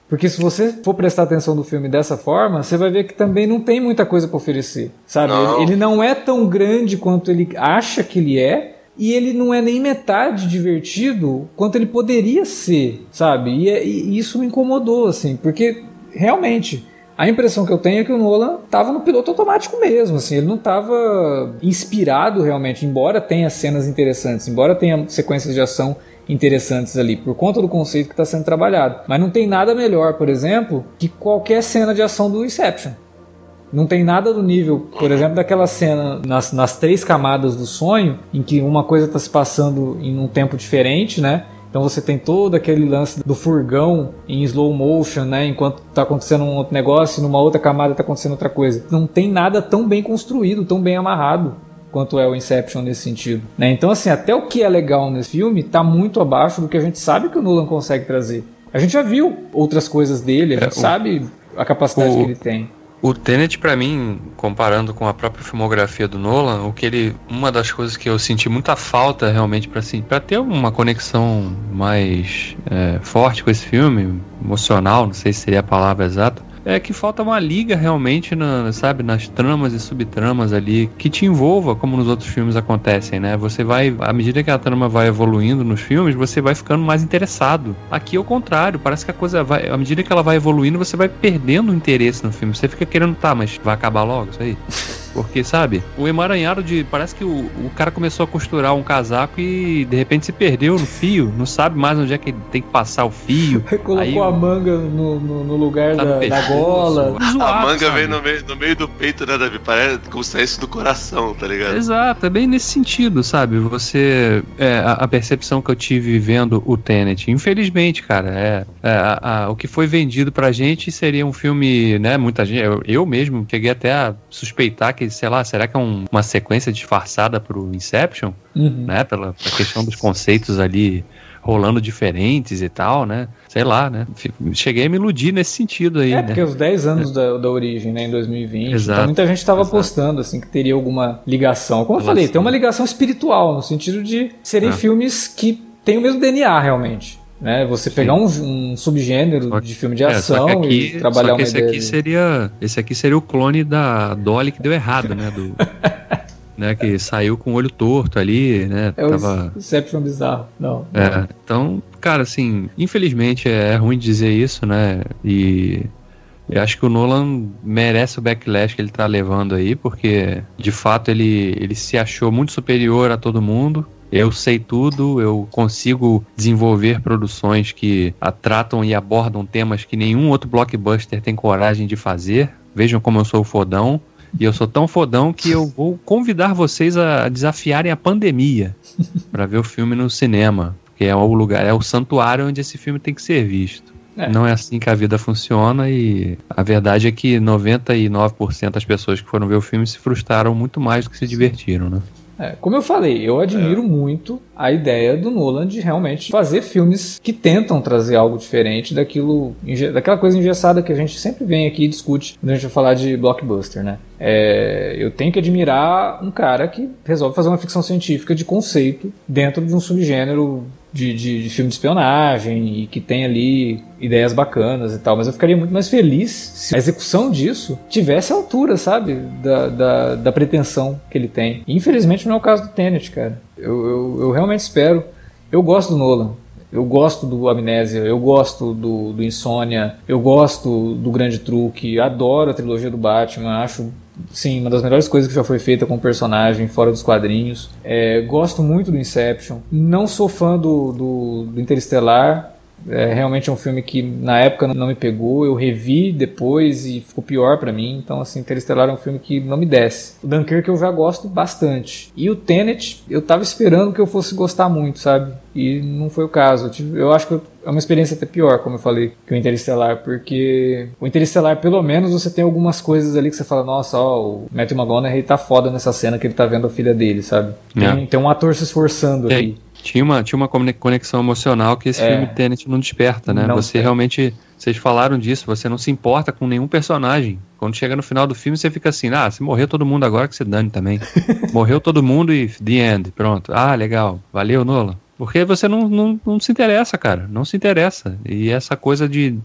Porque se você for prestar atenção no filme dessa forma, você vai ver que também não tem muita coisa pra oferecer, sabe? Não. Ele, ele não é tão grande quanto ele acha que ele é, e ele não é nem metade divertido quanto ele poderia ser, sabe? E, e isso me incomodou, assim, porque realmente a impressão que eu tenho é que o Nolan estava no piloto automático mesmo, assim, ele não estava inspirado realmente, embora tenha cenas interessantes, embora tenha sequências de ação interessantes ali, por conta do conceito que está sendo trabalhado. Mas não tem nada melhor, por exemplo, que qualquer cena de ação do Inception. Não tem nada do nível, por exemplo, daquela cena nas, nas três camadas do sonho, em que uma coisa está se passando em um tempo diferente, né? Então você tem todo aquele lance do furgão em slow motion, né? Enquanto está acontecendo um outro negócio, e numa outra camada está acontecendo outra coisa. Não tem nada tão bem construído, tão bem amarrado quanto é o Inception nesse sentido, né? Então, assim, até o que é legal nesse filme está muito abaixo do que a gente sabe que o Nolan consegue trazer. A gente já viu outras coisas dele, a gente é, o, sabe a capacidade o, que ele tem. O Tenet, pra mim, comparando com a própria filmografia do Nolan, o que ele, uma das coisas que eu senti muita falta realmente para assim, para ter uma conexão mais é, forte com esse filme, emocional, não sei se seria a palavra exata, é que falta uma liga realmente, na, sabe, nas tramas e subtramas ali, que te envolva, como nos outros filmes acontecem, né? Você vai, à medida que a trama vai evoluindo nos filmes, você vai ficando mais interessado. Aqui é o contrário, parece que a coisa vai, à medida que ela vai evoluindo, você vai perdendo o interesse no filme. Você fica querendo, tá, mas vai acabar logo isso aí? Porque, sabe, o emaranhado de... Parece que o, o cara começou a costurar um casaco e de repente se perdeu no fio, não sabe mais onde é que tem que passar o fio. Colocou aí, a manga no, no, no lugar da, da gola. Zoado, a manga sabe? Veio no meio, no meio do peito, né, Davi? Parece como se saísse do coração, tá ligado? Exato, é bem nesse sentido, sabe? Você... É, a, a percepção que eu tive vendo o Tenet, infelizmente, cara, é, é a, a, o que foi vendido pra gente seria um filme, né, muita gente... Eu, eu mesmo cheguei até a suspeitar que, sei lá, será que é um, uma sequência disfarçada pro Inception? Uhum. Né? Pela, pela questão dos conceitos ali rolando diferentes e tal, né? Sei lá, né? Cheguei a me iludir nesse sentido aí, É, né? porque os dez anos é. da, da origem, né, em dois mil e vinte, exato, então muita gente estava exato. apostando, assim, que teria alguma ligação. Como Relação. eu falei, tem uma ligação espiritual, no sentido de serem é. filmes que têm o mesmo D N A, realmente. Né? Você pegar um, um subgênero só, de filme de ação é, aqui, e trabalhar só que uma esse ideia. Aqui seria, esse aqui seria o clone da Dolly que deu errado, né? Do, né? Que saiu com o olho torto ali, né? É Tava... o Inception bizarro. Não, é, não. Então, cara, assim, infelizmente é ruim dizer isso, né? E eu acho que o Nolan merece o backlash que ele tá levando aí, porque de fato ele, ele se achou muito superior a todo mundo. Eu sei tudo, eu consigo desenvolver produções que a tratam e abordam temas que nenhum outro blockbuster tem coragem de fazer. Vejam como eu sou fodão. E eu sou tão fodão que eu vou convidar vocês a desafiarem a pandemia para ver o filme no cinema. Porque é o lugar, é o santuário onde esse filme tem que ser visto. É. Não é assim que a vida funciona, e a verdade é que noventa e nove por cento das pessoas que foram ver o filme se frustraram muito mais do que se divertiram, né? É, como eu falei, eu admiro é. muito a ideia do Nolan de realmente fazer filmes que tentam trazer algo diferente daquilo, daquela coisa engessada que a gente sempre vem aqui e discute quando a gente vai falar de blockbuster, né? É, eu tenho que admirar um cara que resolve fazer uma ficção científica de conceito dentro de um subgênero de, de, de filme de espionagem e que tem ali ideias bacanas e tal, mas eu ficaria muito mais feliz se a execução disso tivesse a altura, sabe, da, da, da pretensão que ele tem. E, infelizmente não é o caso do Tenet, cara. Eu, eu, eu realmente espero. Eu gosto do Nolan, eu gosto do Amnésia, eu gosto do, do Insônia, eu gosto do Grande Truque, adoro a trilogia do Batman, acho, sim, uma das melhores coisas que já foi feita com o personagem fora dos quadrinhos. É, gosto muito do Inception, não sou fã do, do, do Interestelar. É realmente um filme que na época não me pegou, eu revi depois e ficou pior pra mim, então assim, Interestelar é um filme que não me desce. O Dunkirk eu já gosto bastante, e o Tenet eu tava esperando que eu fosse gostar muito, sabe, e não foi o caso. Eu, tive, eu acho que é uma experiência até pior, como eu falei, que o Interestelar, porque o Interestelar, pelo menos, você tem algumas coisas ali que você fala, nossa, ó, o Matthew McConaughey tá foda nessa cena que ele tá vendo a filha dele, sabe, tem, é. tem um ator se esforçando aqui. Tinha uma, tinha uma conexão emocional que esse é. filme Tenet não desperta, né? Não você sei. realmente, vocês falaram disso, você não se importa com nenhum personagem. Quando chega no final do filme, você fica assim, ah, se morreu todo mundo agora que se dane também. Morreu todo mundo e the end, pronto. Ah, legal, valeu, Nolan. Porque você não, não, não se interessa, cara, não se interessa. E essa coisa de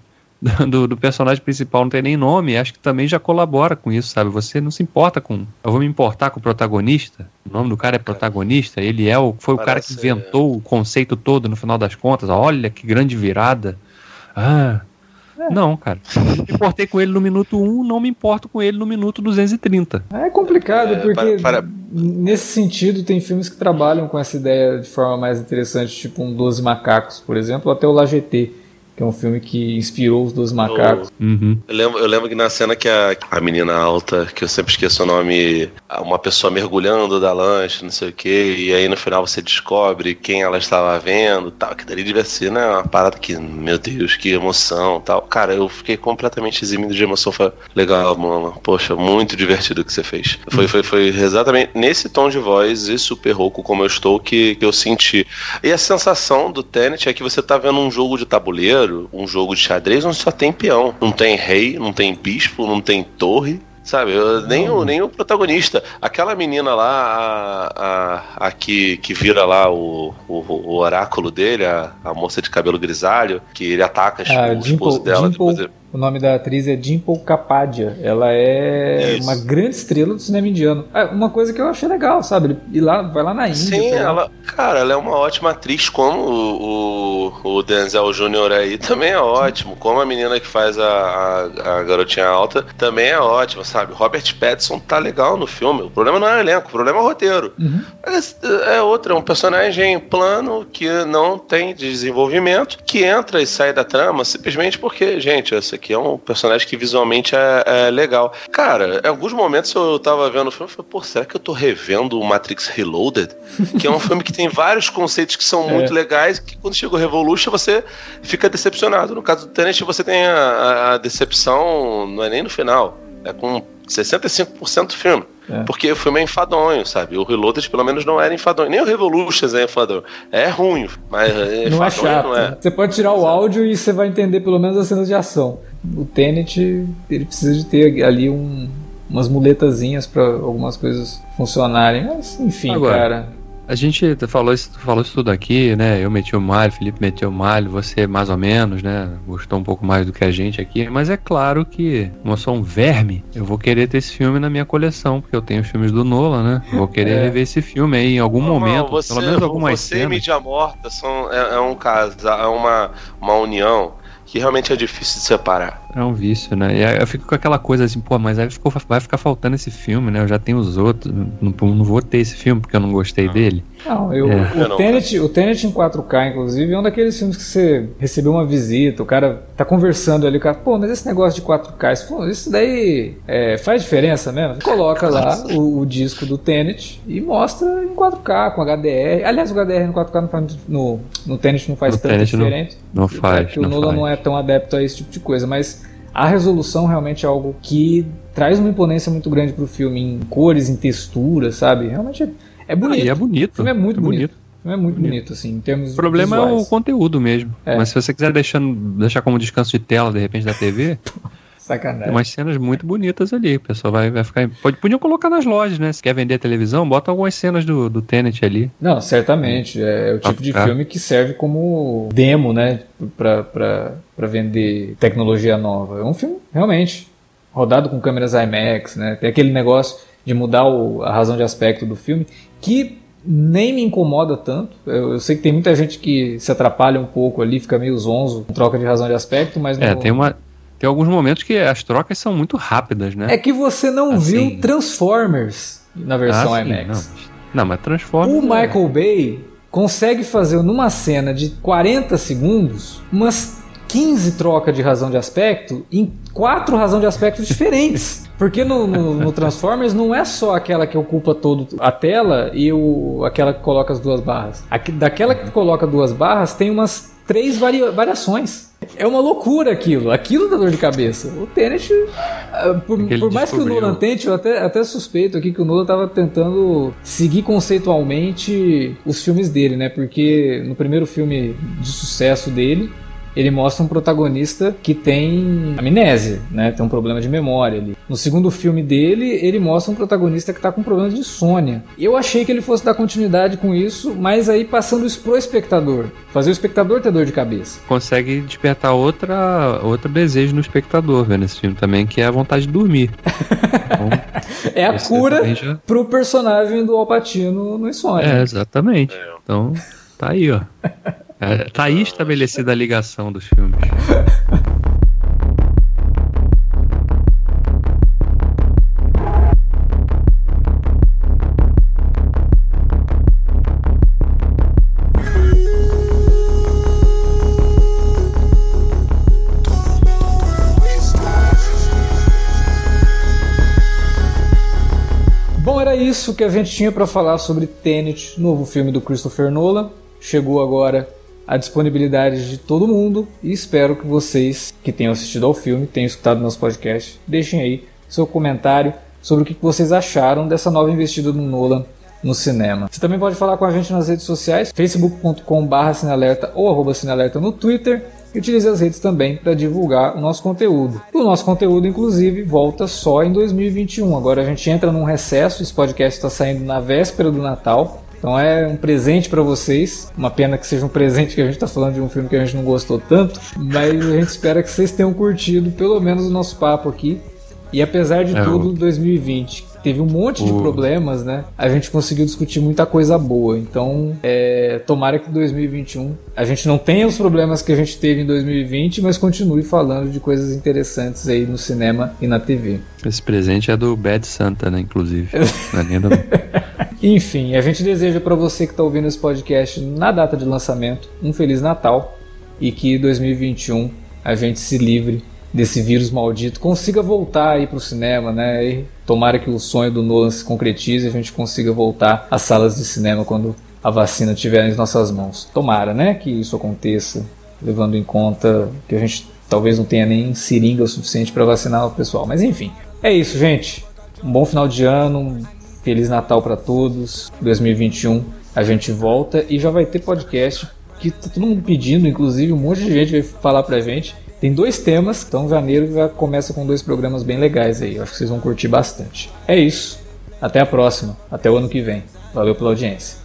do, do personagem principal não tem nem nome, acho que também já colabora com isso, sabe? Você não se importa com... Eu vou me importar com o protagonista? O nome do cara é protagonista, ele é o, foi Parece o cara que inventou é. o conceito todo no final das contas. Olha que grande virada. Ah... É. Não, cara. Eu me importei com ele no minuto um, não me importo com ele no minuto duzentos e trinta. É complicado, é, porque para, para... nesse sentido tem filmes que trabalham com essa ideia de forma mais interessante, tipo um Doze Macacos, por exemplo, ou até o La G T, que é um filme que inspirou os Doze Macacos. Eu, uhum. eu, lembro, eu lembro que na cena que a, a menina alta, que eu sempre esqueço o nome, uma pessoa mergulhando da lancha, não sei o que, e aí no final você descobre quem ela estava vendo, tal, que dali devia ser, né, uma parada que, meu Deus, que emoção, tal. Cara, eu fiquei completamente eximido de emoção. Foi legal, mano. Poxa, muito divertido o que você fez. Foi, foi, foi exatamente nesse tom de voz e super rouco como eu estou que, que eu senti. E a sensação do Tenet é que você tá vendo um jogo de tabuleiro, um jogo de xadrez onde só tem peão. Não tem rei, não tem bispo, não tem torre. Sabe, eu, nem, o, nem o protagonista. Aquela menina lá, a, a, a que, que vira lá o, o, o oráculo dele, a, a moça de cabelo grisalho, que ele ataca ah, o esposo dela. Dimple, depois ele... O nome da atriz é Dimple Kapadia. Ela é Isso. uma grande estrela do cinema indiano. É uma coisa que eu achei legal, sabe? Ir lá, vai lá na Índia. Sim, ela, cara, ela é uma ótima atriz, como o, o, o Denzel Júnior aí também é ótimo. Como a menina que faz a, a, a garotinha alta também é ótima, sabe? Robert Pattinson tá legal no filme. O problema não é o elenco, o problema é o roteiro. Uhum. É, é outro, é um personagem plano que não tem desenvolvimento, que entra e sai da trama simplesmente porque, gente, essa aqui que é um personagem que visualmente é, é legal. Cara, em alguns momentos eu tava vendo o filme e falei, pô, será que eu tô revendo o Matrix Reloaded? Que é um filme que tem vários conceitos que são é. muito legais, que quando chega o Revolution você fica decepcionado. No caso do Tenet você tem a, a decepção, não é nem no final, é com sessenta e cinco por cento do filme. É. Porque o filme é enfadonho, sabe? O Reloaded pelo menos não era enfadonho. Nem o Revolutions é enfadonho. É ruim, mas é não é chato. Não é. Você pode tirar o áudio e você vai entender pelo menos as cenas de ação. O Tenet, ele precisa de ter ali um, umas muletazinhas pra algumas coisas funcionarem. Mas, enfim, Agora, cara... A gente falou isso, falou isso tudo aqui, né? Eu meti o malho, Felipe meteu o malho, você mais ou menos, né? Gostou um pouco mais do que a gente aqui. Mas é claro que, como eu sou um verme, eu vou querer ter esse filme na minha coleção, porque eu tenho os filmes do Nolan, né? Vou querer é. rever esse filme aí em algum não, momento, não, você, pelo menos algumas você cenas. Você e Mídia Morta são, é, é um caso, é uma, uma união que realmente é difícil de separar. É um vício, né? E aí eu fico com aquela coisa assim, pô, mas aí ficou, vai ficar faltando esse filme, né? Eu já tenho os outros, não, não vou ter esse filme porque eu não gostei não. dele. Não, eu, é. o, o, Tenet, o Tenet em quatro K, inclusive, é um daqueles filmes que você recebeu uma visita, o cara tá conversando ali, o cara, pô, mas esse negócio de quatro K, isso, isso daí é, faz diferença mesmo? Coloca lá o, o disco do Tenet e mostra em quatro K, com H D R. Aliás, o H D R no quatro K não faz, no, no Tenet não faz no tanta diferença. Não, não faz. Porque o Nolan não é tão adepto a esse tipo de coisa, mas a resolução realmente é algo que traz uma imponência muito grande pro filme, em cores, em textura, sabe? Realmente é, é bonito. Ah, e é bonito. O filme é muito é bonito. bonito. O filme é muito bonito, bonito assim, em termos O problema visuais. é o conteúdo mesmo. É. Mas se você quiser deixar, deixar como descanso de tela, de repente, da T V... Sacanagem. Tem umas cenas muito bonitas ali. O pessoal vai, vai ficar... Pode, podiam colocar nas lojas, né? Se quer vender a televisão, bota algumas cenas do, do Tenet ali. Não, certamente. É o tipo de filme que serve como demo, né? Pra, pra, pra vender tecnologia nova. É um filme, realmente, rodado com câmeras IMAX, né? Tem aquele negócio de mudar o, a razão de aspecto do filme, que nem me incomoda tanto. Eu, eu sei que tem muita gente que se atrapalha um pouco ali, fica meio zonzo, troca de razão de aspecto, mas... É, no... tem uma... Tem alguns momentos que as trocas são muito rápidas, né? É que você não assim... viu Transformers na versão ah, sim, IMAX. Não. não, mas Transformers... O Michael é... Bay consegue fazer numa cena de quarenta segundos umas quinze trocas de razão de aspecto em quatro razões de aspecto diferentes. Porque no, no, no Transformers não é só aquela que ocupa toda a tela e o, aquela que coloca as duas barras. Aqui, daquela que coloca duas barras tem umas três varia, variações. É uma loucura aquilo. Aquilo dá dor de cabeça. O Tenet, por, por mais que o Nolan tente, eu até, até suspeito aqui que o Nolan estava tentando seguir conceitualmente os filmes dele, né? Porque no primeiro filme de sucesso dele, ele mostra um protagonista que tem amnésia, né? Tem um problema de memória ali. No segundo filme dele, ele mostra um protagonista que tá com problemas de insônia. Eu achei que ele fosse dar continuidade com isso, mas aí passando isso pro espectador. Fazer o espectador ter dor de cabeça. Consegue despertar outra, outro desejo no espectador vendo esse filme também, que é a vontade de dormir. Então, é a cura já... pro personagem do Al Pacino no Insônia. É, exatamente. Então, tá aí, ó. É, tá aí estabelecida a ligação dos filmes. Bom, era isso que a gente tinha para falar sobre Tenet, novo filme do Christopher Nolan. Chegou agora a disponibilidade de todo mundo e espero que vocês que tenham assistido ao filme, tenham escutado nosso podcast, deixem aí seu comentário sobre o que vocês acharam dessa nova investida do Nolan no cinema. Você também pode falar com a gente nas redes sociais, facebook ponto com barra cinealerta ou arroba cinealerta no Twitter, e utilize as redes também para divulgar o nosso conteúdo. O nosso conteúdo, inclusive, volta só em dois mil e vinte e um. Agora a gente entra num recesso, esse podcast está saindo na véspera do Natal. Então é um presente pra vocês. Uma pena que seja um presente que a gente tá falando de um filme que a gente não gostou tanto. Mas a gente espera que vocês tenham curtido pelo menos o nosso papo aqui. E apesar de é, tudo, o... dois mil e vinte teve um monte o... de problemas, né? A gente conseguiu discutir muita coisa boa. Então, é... tomara que em dois mil e vinte e um a gente não tenha os problemas que a gente teve em dois mil e vinte, mas continue falando de coisas interessantes aí no cinema e na T V. Esse presente é do Bad Santa, né? Inclusive. Não é nem do... Enfim, a gente deseja para você que está ouvindo esse podcast na data de lançamento um Feliz Natal e que em dois mil e vinte e um a gente se livre desse vírus maldito, consiga voltar aí para o cinema, né? E tomara que o sonho do Nolan se concretize e a gente consiga voltar às salas de cinema quando a vacina estiver nas nossas mãos. Tomara, né? Que isso aconteça, levando em conta que a gente talvez não tenha nem seringa o suficiente para vacinar o pessoal. Mas enfim, é isso, gente. Um bom final de ano, um Feliz Natal para todos. dois mil e vinte e um a gente volta e já vai ter podcast que tá todo mundo pedindo, inclusive um monte de gente vai falar pra gente. Tem dois temas, então janeiro já começa com dois programas bem legais aí. Eu acho que vocês vão curtir bastante. É isso. Até a próxima. Até o ano que vem. Valeu pela audiência.